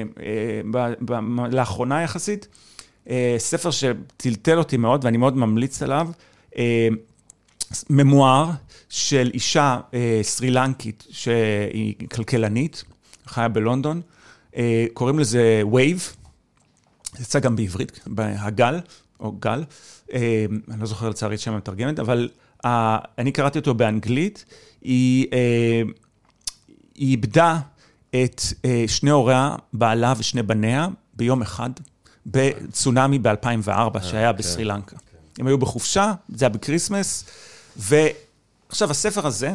לאחרונה יחסית, ספר שטלטל אותי מאוד, ואני מאוד ממליץ עליו, ממואר של אישה סרילנקית, שהיא כלכלנית, חיה בלונדון, קוראים לזה Wave, זה יצא גם בעברית, הגל, או גל, אני לא זוכר לצערי שם מתרגמת, אבל אני קראתי אותו באנגלית, היא איבדה את שני הוריה, בעלה ושני בניה, ביום אחד, בצונאמי ב-2004, שהיה בסרילנקה. הם היו בחופשה, זה היה בקריסמס, ועכשיו הספר הזה,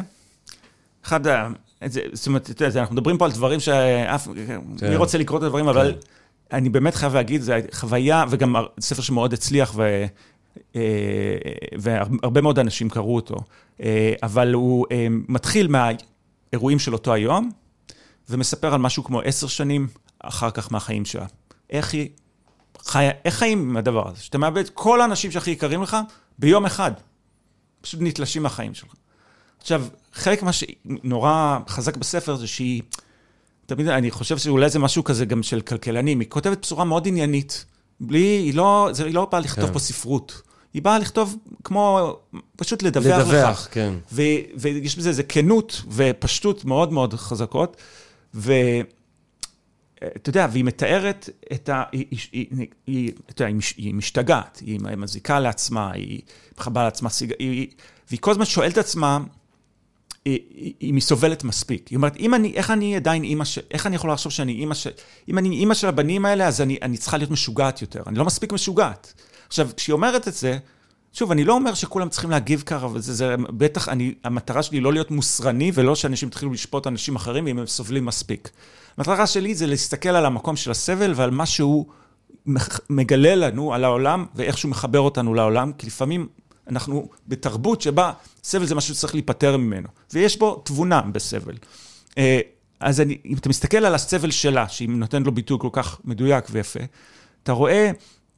זאת אומרת, אנחנו מדברים פה על דברים מי רוצה לקרוא את הדברים, אבל אני באמת חייב להגיד, זה חוויה, וגם ספר שמאוד הצליח, והרבה מאוד אנשים קראו אותו, אבל הוא מתחיל מהאירועים של אותו היום, ומספר על משהו כמו 10 שנים אחר כך מהחיים שלה. איך חיים עם הדבר הזה? שאתה מאבד כל האנשים שהכי יקרים לך, ביום אחד. פשוט נתלשים מהחיים שלך. עכשיו, חלק מה שנורא חזק בספר זה שהיא, תמיד אני חושב שאולי זה משהו כזה גם של כלכלנים, היא כותבת בצורה מאוד עניינית, היא לא באה לכתוב פה ספרות, היא באה לכתוב כמו, פשוט לדווח לך. כן. ויש בזה כנות ופשטות מאוד מאוד חזקות, ואתה יודע, והיא מתארת היא משתגעת, היא מזיקה לעצמה, היא מחבה לעצמה, והיא כל הזמן שואלת עצמה, היא מסובלת מספיק. היא אומרת, איך אני עדיין איך אני יכול לחשוב אם אני אימא של הבנים האלה, אז אני צריכה להיות משוגעת יותר. אני לא מספיק משוגעת. עכשיו, כשהיא אומרת את זה, שוב, אני לא אומר שכולם צריכים להגיב ככה, וזה בטח, המטרה שלי לא להיות מוסרני, ולא שאנשים תתחילו לשפוט אנשים אחרים, ואם הם סובלים מספיק. המטרה שלי זה להסתכל על המקום של הסבל, ועל מה שהוא מגלה לנו על העולם, ואיך שהוא מחבר אותנו לעולם, כי לפעמים אנחנו בתרבות שבה סבל זה משהו שצריך להיפטר ממנו, ויש בו תבונה בסבל. אז אם אתה מסתכל על הסבל שלה, שהיא נותנת לו ביטוי כל כך מדויק ויפה, אתה רואה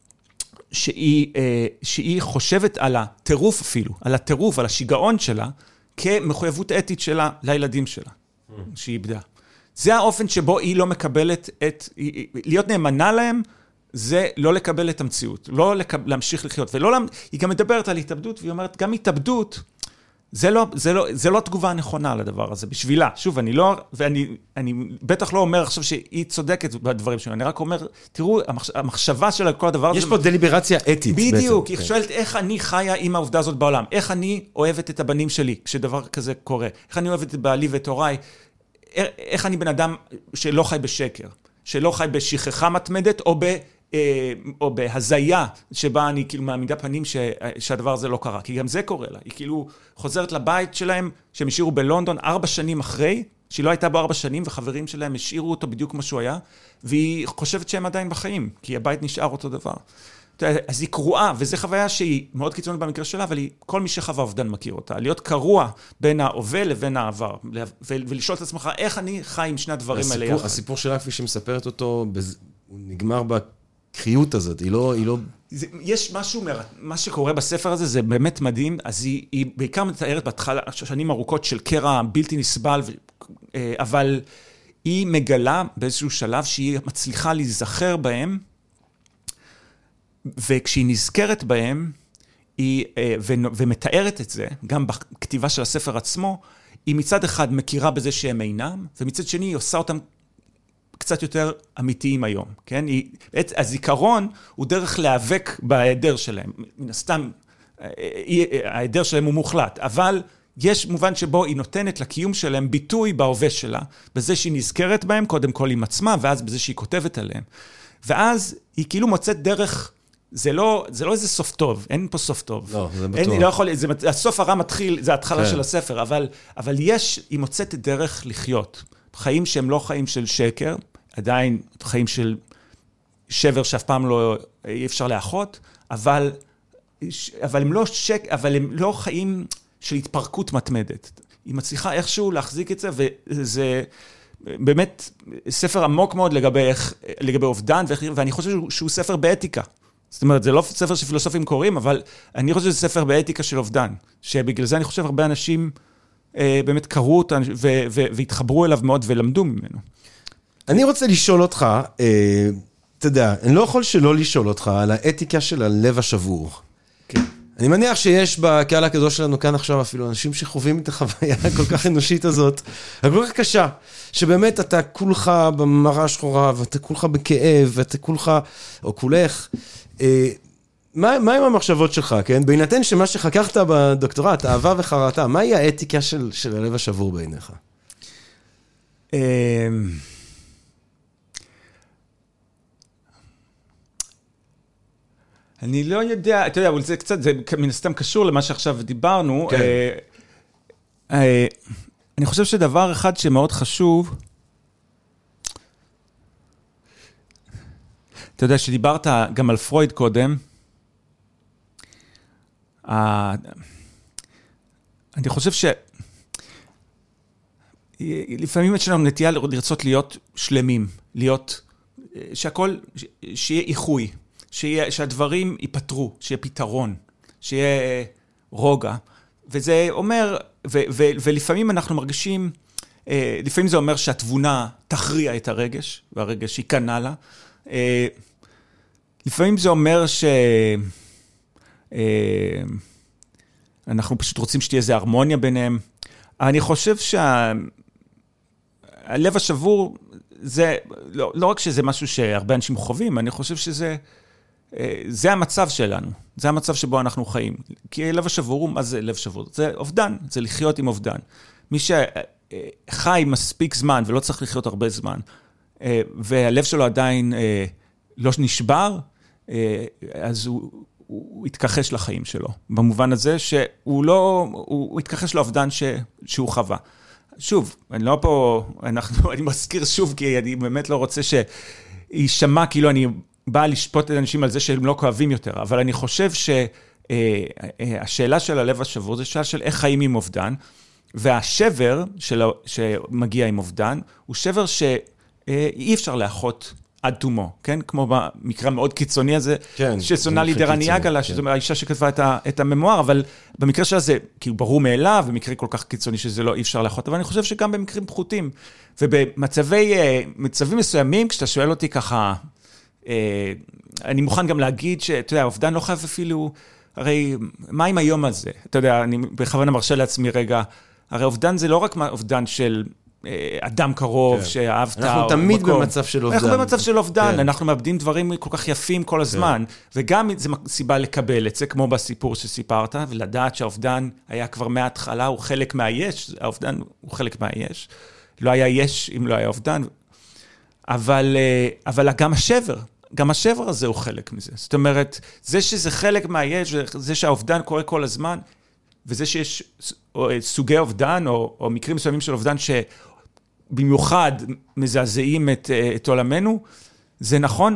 שהיא חושבת על הטירוף אפילו, על הטירוף, על השיגעון שלה, כמחויבות אתית שלה לילדים שלה, שהיא איבדה. זה האופן שבו היא לא מקבלת להיות נאמנה להם, זה לא לקבל את המציאות, לא להמשיך לחיות, היא גם מדברת על התאבדות, והיא אומרת, גם התאבדות, זה לא תגובה הנכונה לדבר הזה, בשבילה. שוב, אני בטח לא אומר עכשיו שהיא צודקת בדברים שלנו, אני רק אומר, תראו, המחשבה של כל הדבר הזה... יש פה דליברציה אתית בעצם. בדיוק, היא שואלת איך אני חיה עם העובדה הזאת בעולם, איך אני אוהבת את הבנים שלי כשדבר כזה קורה, איך אני אוהבת את בעלי ואת הוריי, איך אני בן אדם שלא חי בשקר, שלא חי בשכחה מתמדת או בהזיה שבה אני כאילו מעמידה פנים שהדבר הזה לא קרה, כי גם זה קורה לה. היא כאילו חוזרת לבית שלהם, שהם השאירו בלונדון 4 שנים אחרי, שהיא לא הייתה בו 4 שנים, וחברים שלהם השאירו אותו בדיוק כמו שהוא היה, והיא חושבת שהם עדיין בחיים, כי הבית נשאר אותו דבר. אז היא קרואה, וזו חוויה שהיא מאוד קיצונית במקרה שלה, אבל כל מי שחווה אובדן מכיר אותה. להיות קרוע בין ההווה לבין העבר, ולשאול את עצמך, איך אני חי עם שני הדברים האלה יחד. הסיפור שלה, כפי שמספרת אותו, הוא נגמר בקריאות הזאת, היא לא... יש משהו, מה שקורה בספר הזה, זה באמת מדהים, אז היא בעיקר מתארת בהתחלה, שנים ארוכות של קרע בלתי נסבל, אבל היא מגלה באיזשהו שלב שהיא מצליחה להיזכר בהם, וכשהיא נזכרת בהם, ומתארת את זה, גם בכתיבה של הספר עצמו, היא מצד אחד מכירה בזה שהם אינם, ומצד שני היא עושה אותם קצת יותר אמיתיים היום, כן? הזיכרון הוא דרך להיאבק בהיעדר שלהם. מן הסתם, ההיעדר שלהם הוא מוחלט, אבל יש מובן שבו היא נותנת לקיום שלהם ביטוי בהווה שלה, בזה שהיא נזכרת בהם, קודם כל עם עצמה, ואז בזה שהיא כותבת עליהם. ואז היא כאילו מוצאת דרך, זה לא איזה סוף טוב, אין פה סוף טוב. לא, זה בטוח. לא יכול, הסוף הרע מתחיל, זה ההתחלה של הספר, אבל היא מוצאת דרך לחיות. חיים שהם לא חיים של שקר, עדיין חיים של שבר שאף פעם אי אפשר לאחות, אבל הם לא חיים של התפרקות מתמדת. היא מצליחה איכשהו להחזיק את זה, וזה באמת ספר עמוק מאוד לגבי אובדן, ואני חושב שהוא ספר באתיקה. זאת אומרת, זה לא ספר שפילוסופים קוראים, אבל אני חושב שזה ספר באתיקה של אובדן, שבגלל זה אני חושב הרבה אנשים באמת קראו אותה והתחברו אליו מאוד ולמדו ממנו. אני רוצה לשאול אותך, אתה יודע, אני לא יכול שלא לשאול אותך על האתיקה של הלב השבור. כן. אני מניח שיש בקהל הקדוש שלנו כאן עכשיו אפילו אנשים שחווים את החוויה כל כך אנושית הזאת, כל כך קשה, שבאמת אתה כולך במראה שחורה, ואתה כולך בכאב, ואתה כולך, או כולך, מה עם המחשבות שלך, כן? בהינתן שמה שחקרת בדוקטורט, אהבה וחרטה, מהי האתיקה של הלב השבור בעיניך? אני לא יודע, אתה יודע, אבל זה קצת, זה מן הסתם קשור למה שעכשיו דיברנו. אני חושב שדבר אחד שמאוד חשוב, אתה יודע, שדיברת גם על פרויד קודם, אני חושב לפעמים יש לנו נטייה לרצות להיות שלמים, להיות, שהכל, שיהיה איחוי, שהדברים ייפטרו, שיהיה פתרון, שיהיה רוגע. וזה אומר, ולפעמים אנחנו מרגישים, לפעמים זה אומר שהתבונה תכריע את הרגש, והרגש ייכנע לה. לפעמים זה אומר אנחנו פשוט רוצים שתהיה איזו הרמוניה ביניהם. אני חושב שהלב השבור, זה לא רק שזה משהו שהרבה אנשים חווים, אני חושב זה המצב שלנו, זה המצב שבו אנחנו חיים. כי לב השבור, מה זה לב שבור? זה אובדן, זה לחיות עם אובדן. מי שחי מספיק זמן ולא צריך לחיות הרבה זמן, והלב שלו עדיין לא נשבר, אז הוא התכחש לחיים שלו. במובן הזה הוא התכחש לאובדן שהוא חווה. שוב, אני לא פה, אני מזכיר שוב, כי אני באמת לא רוצה שישמע כאילו אני בא לשפוט את האנשים על זה שהם לא כואבים יותר, אבל אני חושב השאלה של הלב השבור זה שאלה של איך חיים עם אובדן, והשבר שמגיע עם אובדן, הוא שבר שאי אפשר לאחות עד תומו, כן? כמו במקרה מאוד קיצוני הזה, כן, שסונה לידר אניאגלה, שזו האישה שכתבה את הממואר, אבל במקרה שלה זה כאילו ברור מאליו, במקרה כל כך קיצוני שזה לא אי אפשר לאחות, אבל אני חושב שגם במקרים פחותים, ובמצבים מסוימים, כשאתה שואל אותי ככה, אני מוכן גם להגיד שאתה יודע, האובדן לא חייב אפילו, הרי מה עם היום הזה? אתה יודע, אני בכוונה מרשה לעצמי רגע, הרי אובדן זה לא רק אובדן של אדם קרוב שאהבת. אנחנו תמיד במצב של אובדן. אנחנו במצב של אובדן, אנחנו מאבדים דברים כל כך יפים כל הזמן, וגם זו סיבה לקבל את זה, כמו בסיפור שסיפרת, ולדעת שהאובדן היה כבר מההתחלה, הוא חלק מהיש, האובדן הוא חלק מהיש, לא היה יש אם לא היה אובדן, אבל גם השבר הזה הוא חלק מזה. זאת אומרת, זה שזה חלק מהיש, זה שהאובדן קורה כל הזמן, וזה שיש סוגי אובדן, או מקרים מסוימים של אובדן, שבמיוחד מזעזעים את עולמנו, זה נכון,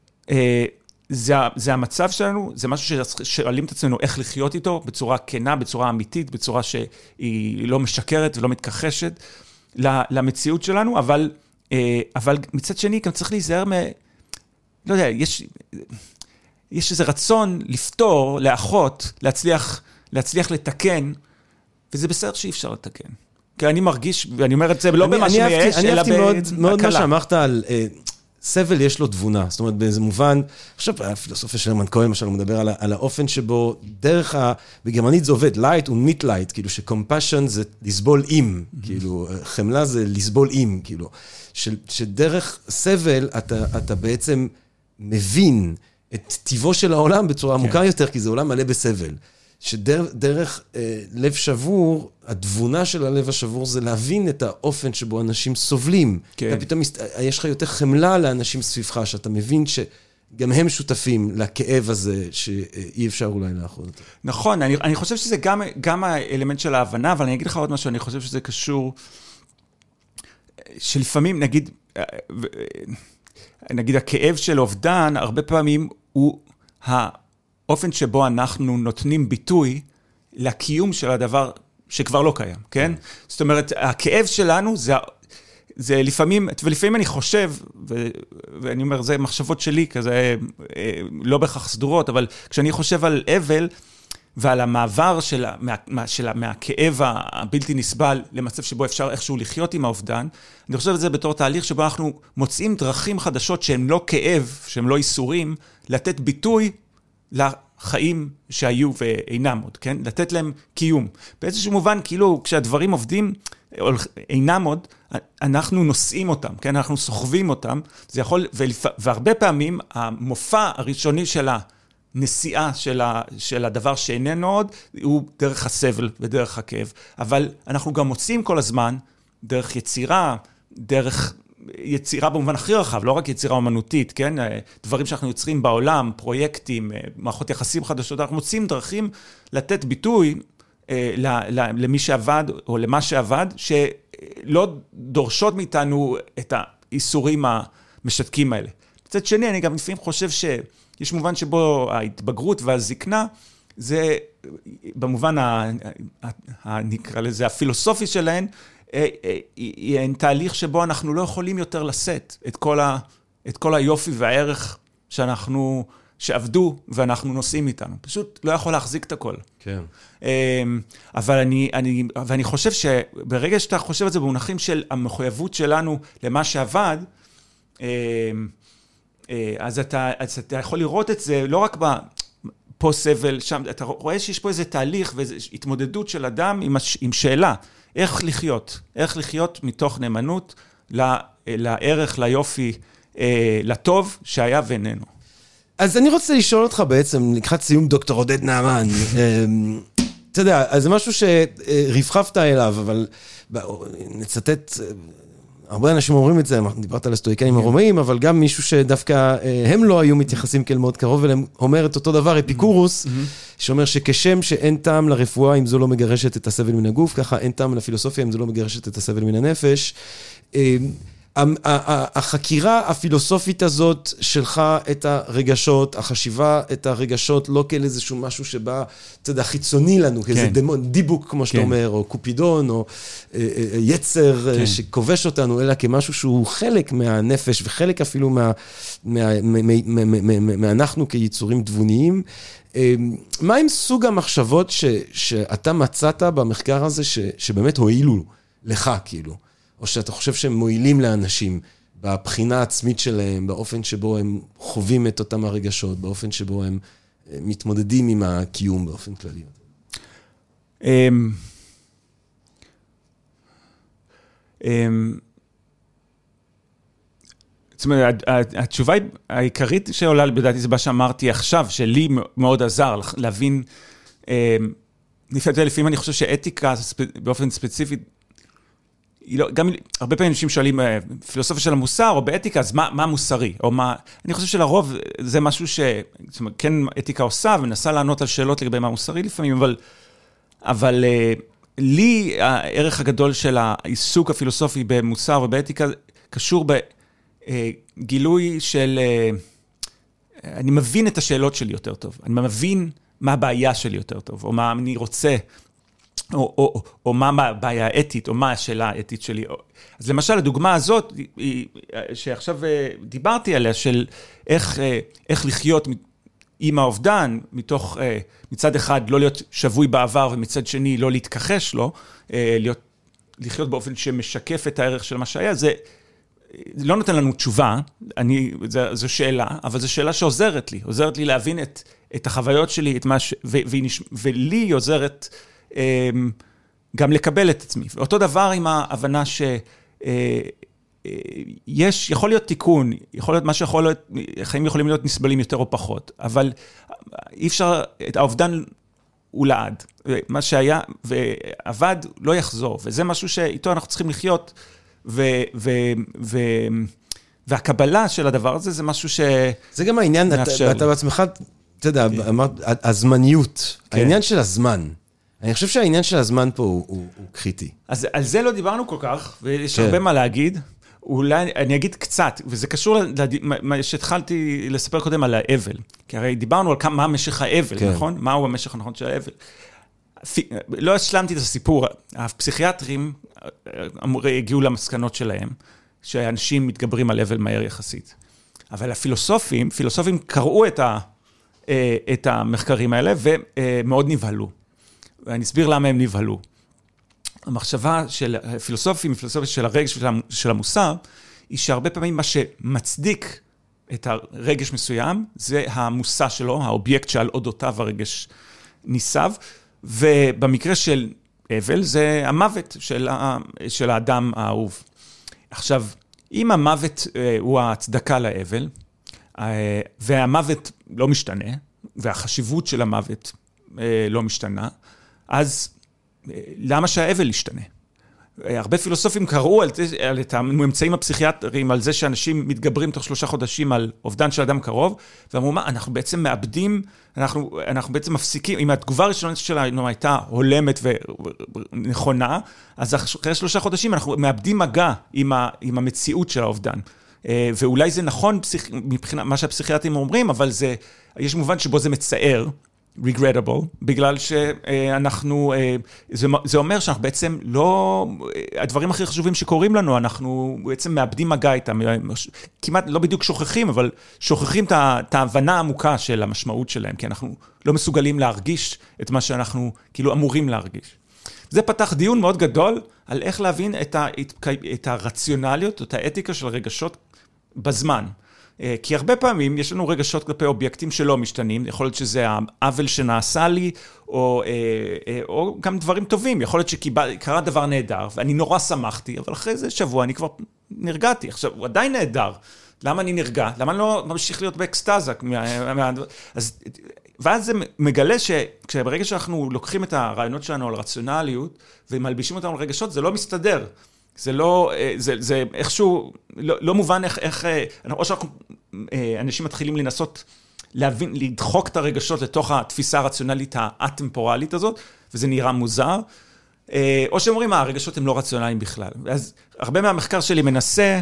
זה המצב שלנו, זה משהו ששואלים את עצמנו איך לחיות איתו, בצורה כנה, בצורה אמיתית, בצורה שהיא לא משקרת ולא מתכחשת למציאות שלנו, אבל מצד שני, גם צריך להיזהר לא יודע, יש איזה רצון לפתור, לאחות, להצליח לתקן, וזה בסדר שאי אפשר לתקן. כי אני מרגיש, ואני אומר את זה לא במה שמייש, אלא בהקלה. אני אהבתי מאוד מה שאמרת על סבל יש לו תבונה. זאת אומרת, באיזה מובן, עכשיו, הפילוסופיה של הרמן כהן, למשל, הוא מדבר על האופן שבו דרך בגרמנית זה עובד, light ומיט-light, כאילו ש-compassion זה לסבול עם, כאילו, חמלה זה לסבול עם, כאילו, שדרך סבל אתה בעצם מבין את טיבו של העולם בצורה עמוקה יותר, כי זה עולם מלא בסבל. שדרך לב שבור, התבונה של הלב השבור זה להבין את האופן שבו אנשים סובלים. אתה פתאום, יש לך יותר חמלה לאנשים סביבך, שאתה מבין שגם הם שותפים לכאב הזה, שאי אפשר אולי לאחוז אותו. נכון, אני חושב שזה גם האלמנט של ההבנה, אבל אני אגיד לך עוד משהו, אני חושב שזה קשור, שלפעמים, נגיד הכאב של אובדן, הרבה פעמים הוא האופן שבו אנחנו נותנים ביטוי לקיום של הדבר שכבר לא קיים, כן? זאת אומרת, הכאב שלנו זה לפעמים, ולפעמים אני חושב, ואני אומר, זה מחשבות שלי, כזה לא בכך סדורות, אבל כשאני חושב על אבל, ועל המעבר מהכאב הבלתי נסבל למצב שבו אפשר איכשהו לחיות עם האובדן, אני חושב את זה בתור תהליך שבו אנחנו מוצאים דרכים חדשות שהן לא כאב, שהן לא איסורים, לתת ביטוי לחיים שהיו ואינם עוד, כן? לתת להם קיום. באיזשהו מובן, כאילו, כשהדברים עובדים, אינם עוד, אנחנו נושאים אותם, כן? אנחנו סוחבים אותם, זה יכול, והרבה פעמים, המופע הראשוני של הנסיעה של הדבר שאיננו עוד, הוא דרך הסבל ודרך הכאב. אבל אנחנו גם מוצאים כל הזמן, דרך יצירה במובן הכי רחב, לא רק יצירה אומנותית, כן? דברים שאנחנו יוצרים בעולם, פרויקטים, מערכות יחסים חדשות, אנחנו מוצאים דרכים לתת ביטוי למי שעבד או למה שעבד, שלא דורשות מאיתנו את האיסורים המשתקים האלה. מצד שני, אני גם לפעמים חושב שיש מובן שבו ההתבגרות והזקנה, זה במובן, נקרא לזה, הפילוסופי שלהן, היא תהליך שבו אנחנו לא יכולים יותר לשאת את כל היופי והערך שעבדו ואנחנו נושאים איתנו. פשוט לא יכול להחזיק את הכל. כן. אבל אני חושב שברגע שאתה חושב את זה במונחים של המחויבות שלנו למה שעבד, אז אתה יכול לראות את זה לא רק פה סבל, שם, אתה רואה שיש פה איזה תהליך ואיזו התמודדות של אדם עם שאלה. איך לחיות מתוך נאמנות לערך, ליופי, לטוב שהיה ואיננו. אז אני רוצה לשאול אותך בעצם, לקחת סיום דוקטור עודד נעמן, אתה יודע, אז זה משהו שרפחפת אליו, אבל נצטט, הרבה אנשים אומרים את זה, דיברת על הסטואיקנים הרומאים, אבל גם מישהו שדווקא הם לא היו מתייחסים כאל מאוד קרוב, אלא אומר את אותו דבר, אפיקורוס, שאומר שכשם שאין טעם לרפואה אם זו לא מגרשת את הסבל מן הגוף, ככה אין טעם לפילוסופיה אם זו לא מגרשת את הסבל מן הנפש. החקירה הפילוסופית הזאת שלך את הרגשות, החשיבה את הרגשות, לא כאל איזשהו משהו שבא, אתה יודע, חיצוני לנו, כאיזה דיבוק, כמו שאתה אומר, או קופידון, או יצר שכובש אותנו, אלא כמשהו שהוא חלק מהנפש, וחלק אפילו מאנחנו כיצורים דבוניים. מה עם סוג המחשבות שאתה מצאת במחקר הזה, שבאמת הועילו לך, כאילו? או שאתה חושב שהם מועילים לאנשים בבחינה העצמית שלהם, באופן שבו הם חווים את אותם הרגשות, באופן שבו הם מתמודדים עם הקיום באופן כללי. זאת אומרת, התשובה העיקרית שעולה בדעתי זה מה שאמרתי עכשיו, שלי מאוד עזר להבין, לפעמים אני חושב שאתיקה באופן ספציפי, גם הרבה פעמים אנשים שואלים פילוסופיה של המוסר או באתיקה, אז מה מוסרי? או מה, אני חושב שלרוב זה משהו שכן אתיקה עושה ומנסה לענות על שאלות לגבי מה מוסרי לפעמים, אבל לי הערך הגדול של העיסוק הפילוסופי במוסר ובאתיקה קשור בגילוי של, אני מבין את השאלות שלי יותר טוב, אני מבין מה הבעיה שלי יותר טוב, או מה אני רוצה, או מה הבעיה האתית, או מה השאלה האתית שלי. אז למשל, הדוגמה הזאת, שעכשיו דיברתי עליה, של איך לחיות עם האובדן, מתוך, מצד אחד, לא להיות שבוי בעבר, ומצד שני, לא להתכחש לו, לחיות באופן שמשקף את הערך של מה שהיה, זה לא נותן לנו תשובה, זו שאלה, אבל זו שאלה שעוזרת לי, עוזרת לי להבין את החוויות שלי, ולי היא עוזרת גם לקבל את עצמי. אותו דבר עם ההבנה יכול להיות תיקון, יכול להיות מה שיכול להיות, חיים יכולים להיות נסבלים יותר או פחות, אבל אי אפשר, האובדן הוא לעד. מה שהיה ועבד לא יחזור, וזה משהו שאיתו אנחנו צריכים לחיות, והקבלה של הדבר הזה זה משהו זה גם העניין, אתה בעצמך, אתה יודע, אמרת, הזמניות, העניין של הזמן. אני חושב שהעניין של הזמן פה הוא קריטי. אז על זה לא דיברנו כל כך, ויש הרבה מה להגיד. אולי אני אגיד קצת, וזה קשור למה שהתחלתי לספר קודם על האבל. כי הרי דיברנו על מה משך האבל, נכון? מהו המשך הנכון של האבל. לא השלמתי את הסיפור. הפסיכיאטרים הגיעו למסקנות שלהם, שאנשים מתגברים על אבל מהר יחסית. אבל הפילוסופים קראו את המחקרים האלה, ומאוד נבהלו. ואני אסביר למה הם נבהלו. המחשבה של פילוסופיה של הרגש של המוסר, היא שהרבה פעמים מה שמצדיק את הרגש מסוים, זה המושא שלו, האובייקט שעל אודותיו הרגש ניסב, ובמקרה של אבל, זה המוות של האדם האהוב. עכשיו, אם המוות הוא ההצדקה לאבל, והמוות לא משתנה, והחשיבות של המוות לא משתנה, אז למה שהאבל ישתנה? הרבה פילוסופים קראו על הממצאים הפסיכיאטריים, על זה שאנשים מתגברים תוך 3 חודשים על אובדן של אדם קרוב, ואמרו, מה, אנחנו בעצם מאבדים, אנחנו בעצם מפסיקים, אם התגובה הראשונה שלנו הייתה הולמת ונכונה, אז אחרי 3 חודשים אנחנו מאבדים מגע עם המציאות של האובדן. ואולי זה נכון מבחינת מה שהפסיכיאטרים אומרים, אבל יש מובן שבו זה מצער, regrettable, בגלל שאנחנו, זה אומר שאנחנו בעצם לא, הדברים הכי חשובים שקורים לנו, אנחנו בעצם מאבדים מגע איתם, כמעט לא בדיוק שוכחים, אבל שוכחים את ההבנה העמוקה של המשמעות שלהם, כי אנחנו לא מסוגלים להרגיש את מה שאנחנו כאילו אמורים להרגיש. זה פתח דיון מאוד גדול על איך להבין את הרציונליות, את האתיקה של רגשות בזמן. כי הרבה פעמים יש לנו רגשות כלפי אובייקטים שלא משתנים, יכול להיות שזה העוול שנעשה לי, או גם דברים טובים, יכול להיות שקרה דבר נהדר, ואני נורא שמחתי, אבל אחרי זה שבוע אני כבר נרגעתי, עכשיו הוא עדיין נהדר, למה אני נרגע? למה אני לא ממשיך להיות באקסטאזה? ואז זה מגלה שברגע שאנחנו לוקחים את הרעיונות שלנו על רציונליות, ומלבישים אותם על רגשות, זה לא מסתדר. זה לא, זה איכשהו, לא מובן איך, או שאנשים מתחילים לנסות להבין, לדחוק את הרגשות לתוך התפיסה הרציונלית הטמפורלית הזאת, וזה נראה מוזר, או שהם אומרים, הרגשות הם לא רציונליים בכלל. אז הרבה מהמחקר שלי מנסה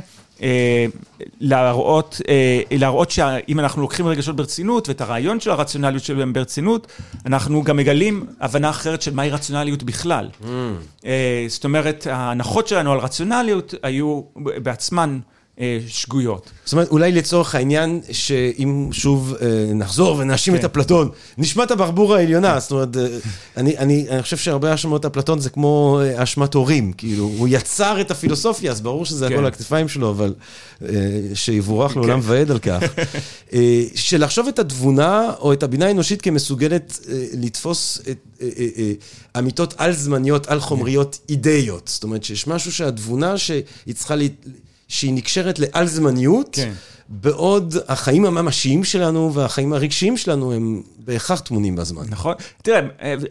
להראות שאם אנחנו לוקחים רגשות ברצינות, ואת הרעיון של הרציונליות שלהם ברצינות, אנחנו גם מגלים הבנה אחרת של מהי רציונליות בכלל. זאת אומרת, ההנחות שלנו על רציונליות היו בעצמן שגויות. זאת אומרת, אולי לצורך העניין שאם שוב נחזור ונאשים את אפלטון, נשמע את הברבור העליונה, זאת אומרת, אני חושב שהרבה האשמות אפלטון זה כמו האשמת הורים, כאילו, הוא יצר את הפילוסופיה, אז ברור שזה הכל הכתפיים שלו, אבל שיבורך לעולם ועד על כך. שלחשוב את התבונה או את הבינה האנושית כמסוגלת לתפוס אמיתות על זמניות, על חומריות אידאיות. זאת אומרת, שיש משהו שהתבונה שהיא צריכה שהיא נקשרת לעל זמניות, כן. בעוד החיים הממשיים שלנו והחיים הרגשיים שלנו הם בהכרח תמונים בזמן. נכון. תראה,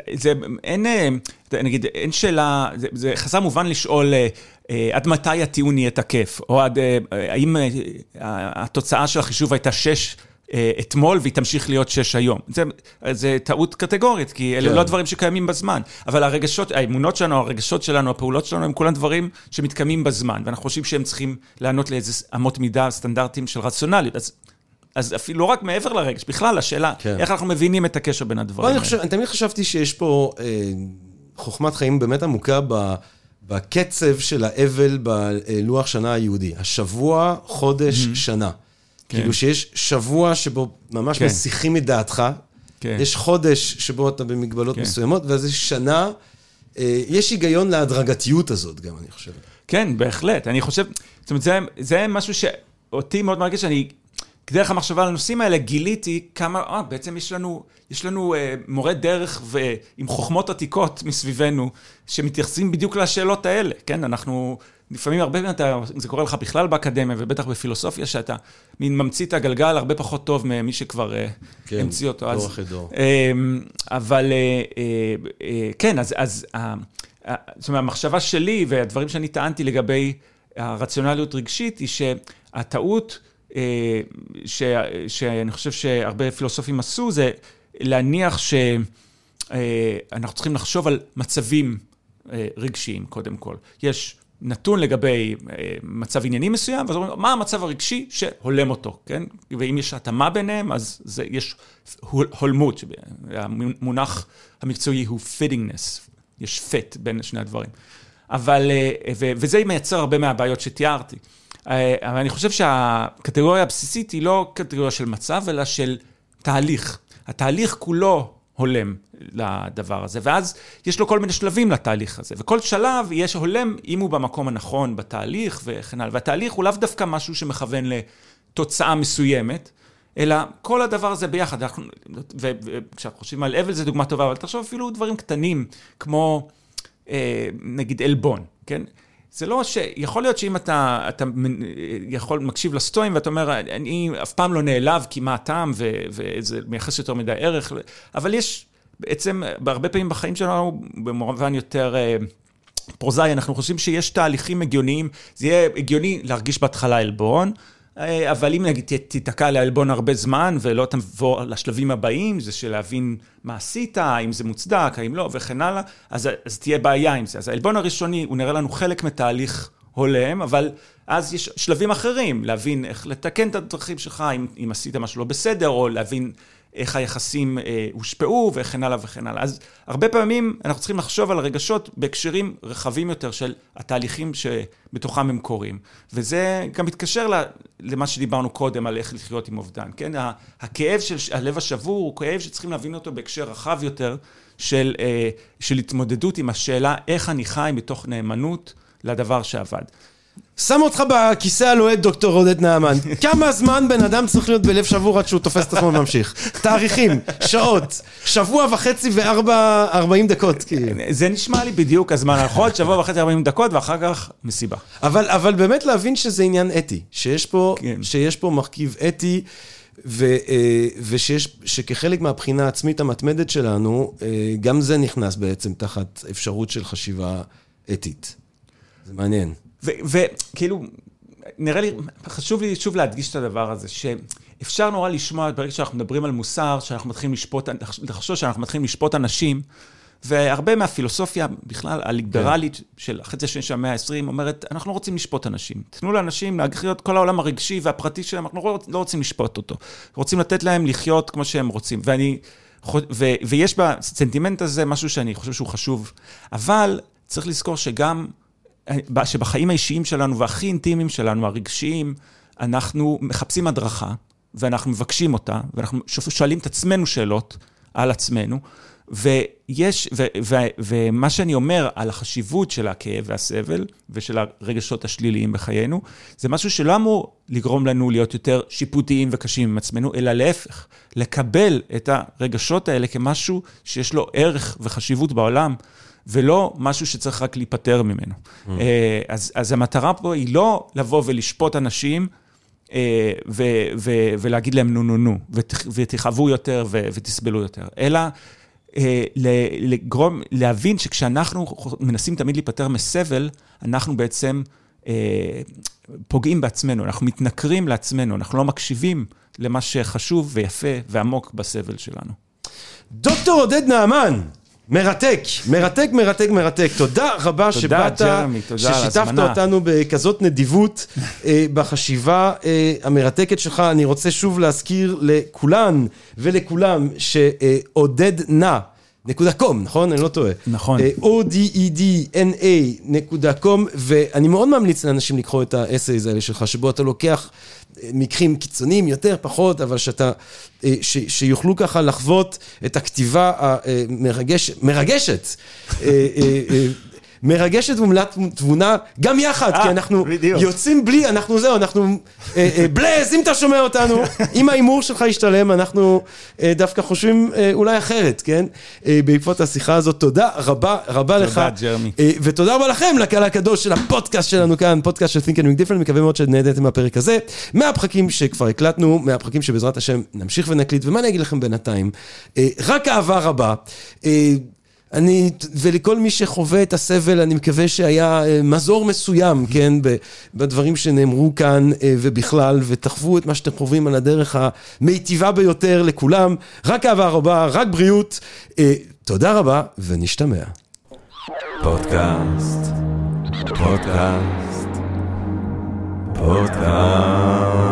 אין שאלה, זה חסר מובן לשאול עד מתי הטיעון יהיה תקף, או האם התוצאה של החישוב הייתה 6 אתמול, והיא תמשיך להיות 6 היום. זה טעות קטגורית, כי אלה לא דברים שקיימים בזמן. אבל הרגשות, האמונות שלנו, הרגשות שלנו, הפעולות שלנו, הם כולם דברים שמתקיימים בזמן, ואנחנו חושבים שהם צריכים לענות לאיזה אמות מידה, סטנדרטים של רציונליות. אז אפילו לא רק מעבר לרגש, בכלל השאלה, איך אנחנו מבינים את הקשר בין הדברים. אני תמיד חשבתי שיש פה חוכמת חיים באמת עמוקה בקצב של האבל בלוח שנה היהודי. השבוע, חודש, שנה. כאילו שיש שבוע שבו ממש מסיחים את דעתך, יש חודש שבו אתה במגבלות מסוימות, ואז יש שנה, יש היגיון להדרגתיות הזאת גם, אני חושב. כן, בהחלט. אני חושב, זאת אומרת, זה משהו שאותי מאוד מרגיש, שאני, כדרך המחשבה על הנושאים האלה, גיליתי כמה, בעצם יש לנו מורה דרך ועם חוכמות עתיקות מסביבנו, שמתייחסים בדיוק לשאלות האלה, כן? אנחנו לפעמים הרבה פעמים זה קורה לך בכלל באקדמיה, ובטח בפילוסופיה, שאתה ממציא את הגלגל הרבה פחות טוב ממי שכבר המציא אותו. דור אחרי דור. אבל כן, אז זאת אומרת, המחשבה שלי והדברים שאני טענתי לגבי הרציונליות רגשית, היא שהטעות שאני חושב שהרבה פילוסופים עשו, זה להניח שאנחנו צריכים לחשוב על מצבים רגשיים, קודם כל. יש נתון לגבי מצב ענייני מסוים, ואז אומרים, מה המצב הרגשי שהולם אותו, כן? ואם יש התאמה ביניהם, אז יש הולמות, המונח המקצועי הוא fittingness, יש fit בין שני הדברים. אבל, וזה מייצר הרבה מהבעיות שתיארתי. אבל אני חושב שהקטגוריה הבסיסית היא לא קטגוריה של מצב, אלא של תהליך. התהליך כולו הולם לדבר הזה, ואז יש לו כל מיני שלבים לתהליך הזה, וכל שלב יש הולם אם הוא במקום הנכון בתהליך וכן הלאה, והתהליך הוא לאו דווקא משהו שמכוון לתוצאה מסוימת, אלא כל הדבר הזה ביחד, וכשאנחנו חושבים על אבל זה דוגמה טובה, אבל תחשוב אפילו דברים קטנים, כמו נגיד אלבון, כן? זה לא יכול להיות שאם אתה מקשיב לסטואים, ואתה אומר, אני אף פעם לא נעלב, כי מה הטעם, וזה מייחס יותר מדי ערך, אבל יש בעצם, בהרבה פעמים בחיים שלנו, במובן יותר פרוזאי, אנחנו חושבים שיש תהליכים הגיוניים, זה יהיה הגיוני להרגיש בהתחלה אלבון, אבל אם נגיד תתקע לאלבון הרבה זמן, ולא תבוא לשלבים הבאים, זה של להבין מה עשית, האם זה מוצדק, האם לא, וכן הלאה, אז תהיה בעיה עם זה. אז האלבון הראשוני, הוא נראה לנו חלק מתהליך הולם, אבל אז יש שלבים אחרים, להבין איך לתקן את הדרכים שלך, אם עשית משהו לא בסדר, או להבין איך היחסים הושפעו, וכן הלאה וכן הלאה. אז הרבה פעמים אנחנו צריכים לחשוב על הרגשות בהקשרים רחבים יותר של התהליכים שבתוכם הם קורים. וזה גם מתקשר למה שדיברנו קודם על איך לחיות עם אובדן. כן? הכאב של הלב השבור הוא כאב שצריכים להבין אותו בהקשר רחב יותר של התמודדות עם השאלה איך אני חי מתוך נאמנות לדבר שעבד. שם אותך בכיסא הלוהד, דוקטור עודד נעמן. כמה זמן בן אדם צריך להיות בלב שבור עד שהוא תופס את עצמו וממשיך? תאריכים, שעות, שבוע וחצי ו40 דקות. זה נשמע לי בדיוק הזמן הנכון, שבוע וחצי 40 דקות, ואחר כך מסיבה. אבל באמת להבין שזה עניין אתי, שיש פה מרכיב אתי, ושכחלק מהבחינה העצמית המתמדת שלנו, גם זה נכנס בעצם תחת אפשרות של חשיבה אתית. זה מעניין. וכאילו, נראה לי, חשוב לי שוב להדגיש את הדבר הזה, שאפשר נורא לשמוע, ברגע שאנחנו מדברים על מוסר, שאנחנו מתחילים לשפוט, לחשוב שאנחנו מתחילים לשפוט אנשים, והרבה מהפילוסופיה, בכלל, הליברלית של החצי השני של המאה ה-20, אומרת, אנחנו לא רוצים לשפוט אנשים. תנו לאנשים להחיות כל העולם הרגשי והפרטי שלהם, אנחנו לא רוצים לשפוט אותו. רוצים לתת להם לחיות כמו שהם רוצים. ויש בסנטימנט הזה משהו שאני חושב שהוא חשוב, אבל צריך לזכור שגם, שבחיים האישיים שלנו והכי אינטימיים שלנו, הרגשיים, אנחנו מחפשים הדרכה, ואנחנו מבקשים אותה, ואנחנו שואלים את עצמנו שאלות על עצמנו, ומה שאני אומר על החשיבות של הכאב והסבל, ושל הרגשות השליליים בחיינו, זה משהו שלא אמור לגרום לנו להיות יותר שיפוטיים וקשים עם עצמנו, אלא להפך, לקבל את הרגשות האלה כמשהו שיש לו ערך וחשיבות בעולם, ולא משהו שצריך רק להיפטר ממנו. אז המטרה פה היא לא לבוא ולשפוט אנשים, ולהגיד להם נו נו נו, ותחוו יותר ותסבלו יותר, אלא להבין שכשאנחנו מנסים תמיד להיפטר מסבל, אנחנו בעצם פוגעים בעצמנו, אנחנו מתנכרים לעצמנו, אנחנו לא מקשיבים למה שחשוב ויפה ועמוק בסבל שלנו. דוקטור עודד נעמן, מרתק, מרתק, מרתק, מרתק. תודה רבה שבאת, ששיתפת אותנו בכזאת נדיבות בחשיבה המרתקת שלך. אני רוצה שוב להזכיר לכולן ולכולם שעודדנה.com, נכון? אני לא טועה. נכון. odedna.com, ואני מאוד ממליץ לאנשים לקרוא את האסייז האלה שלך, שבו אתה לוקח מקרים קיצוניים יותר, פחות, אבל שיוכלו ככה לחוות את הכתיבה מרגשת ומלאת תבונה, גם יחד, כי אנחנו יוצאים בלי, אנחנו בלז, אם אתה שומע אותנו, אם האימור שלך ישתלם, אנחנו דווקא חושבים אולי אחרת, כן? בעקבות השיחה הזאת, תודה רבה לך. תודה, ג'רמי. ותודה רבה לכם, לקהל הקדוש של הפודקאסט שלנו כאן, פודקאסט של Think and Make Different, מקווה מאוד שנהניתם מהפרק הזה, מהפרקים שכבר הקלטנו, מהפרקים שבעזרת השם נמשיך ונקליט, ומה אני אגיד לכם בינתיים? רק אהבה רבה. ולכל מי שחווה את הסבל, אני מקווה שהיה מזור מסוים, כן, בדברים שנאמרו כאן ובכלל, ותחוו את מה שאתם חווים על הדרך המיטיבה ביותר לכולם. רק אהבה רבה, רק בריאות. תודה רבה, ונשתמע. פודקאסט.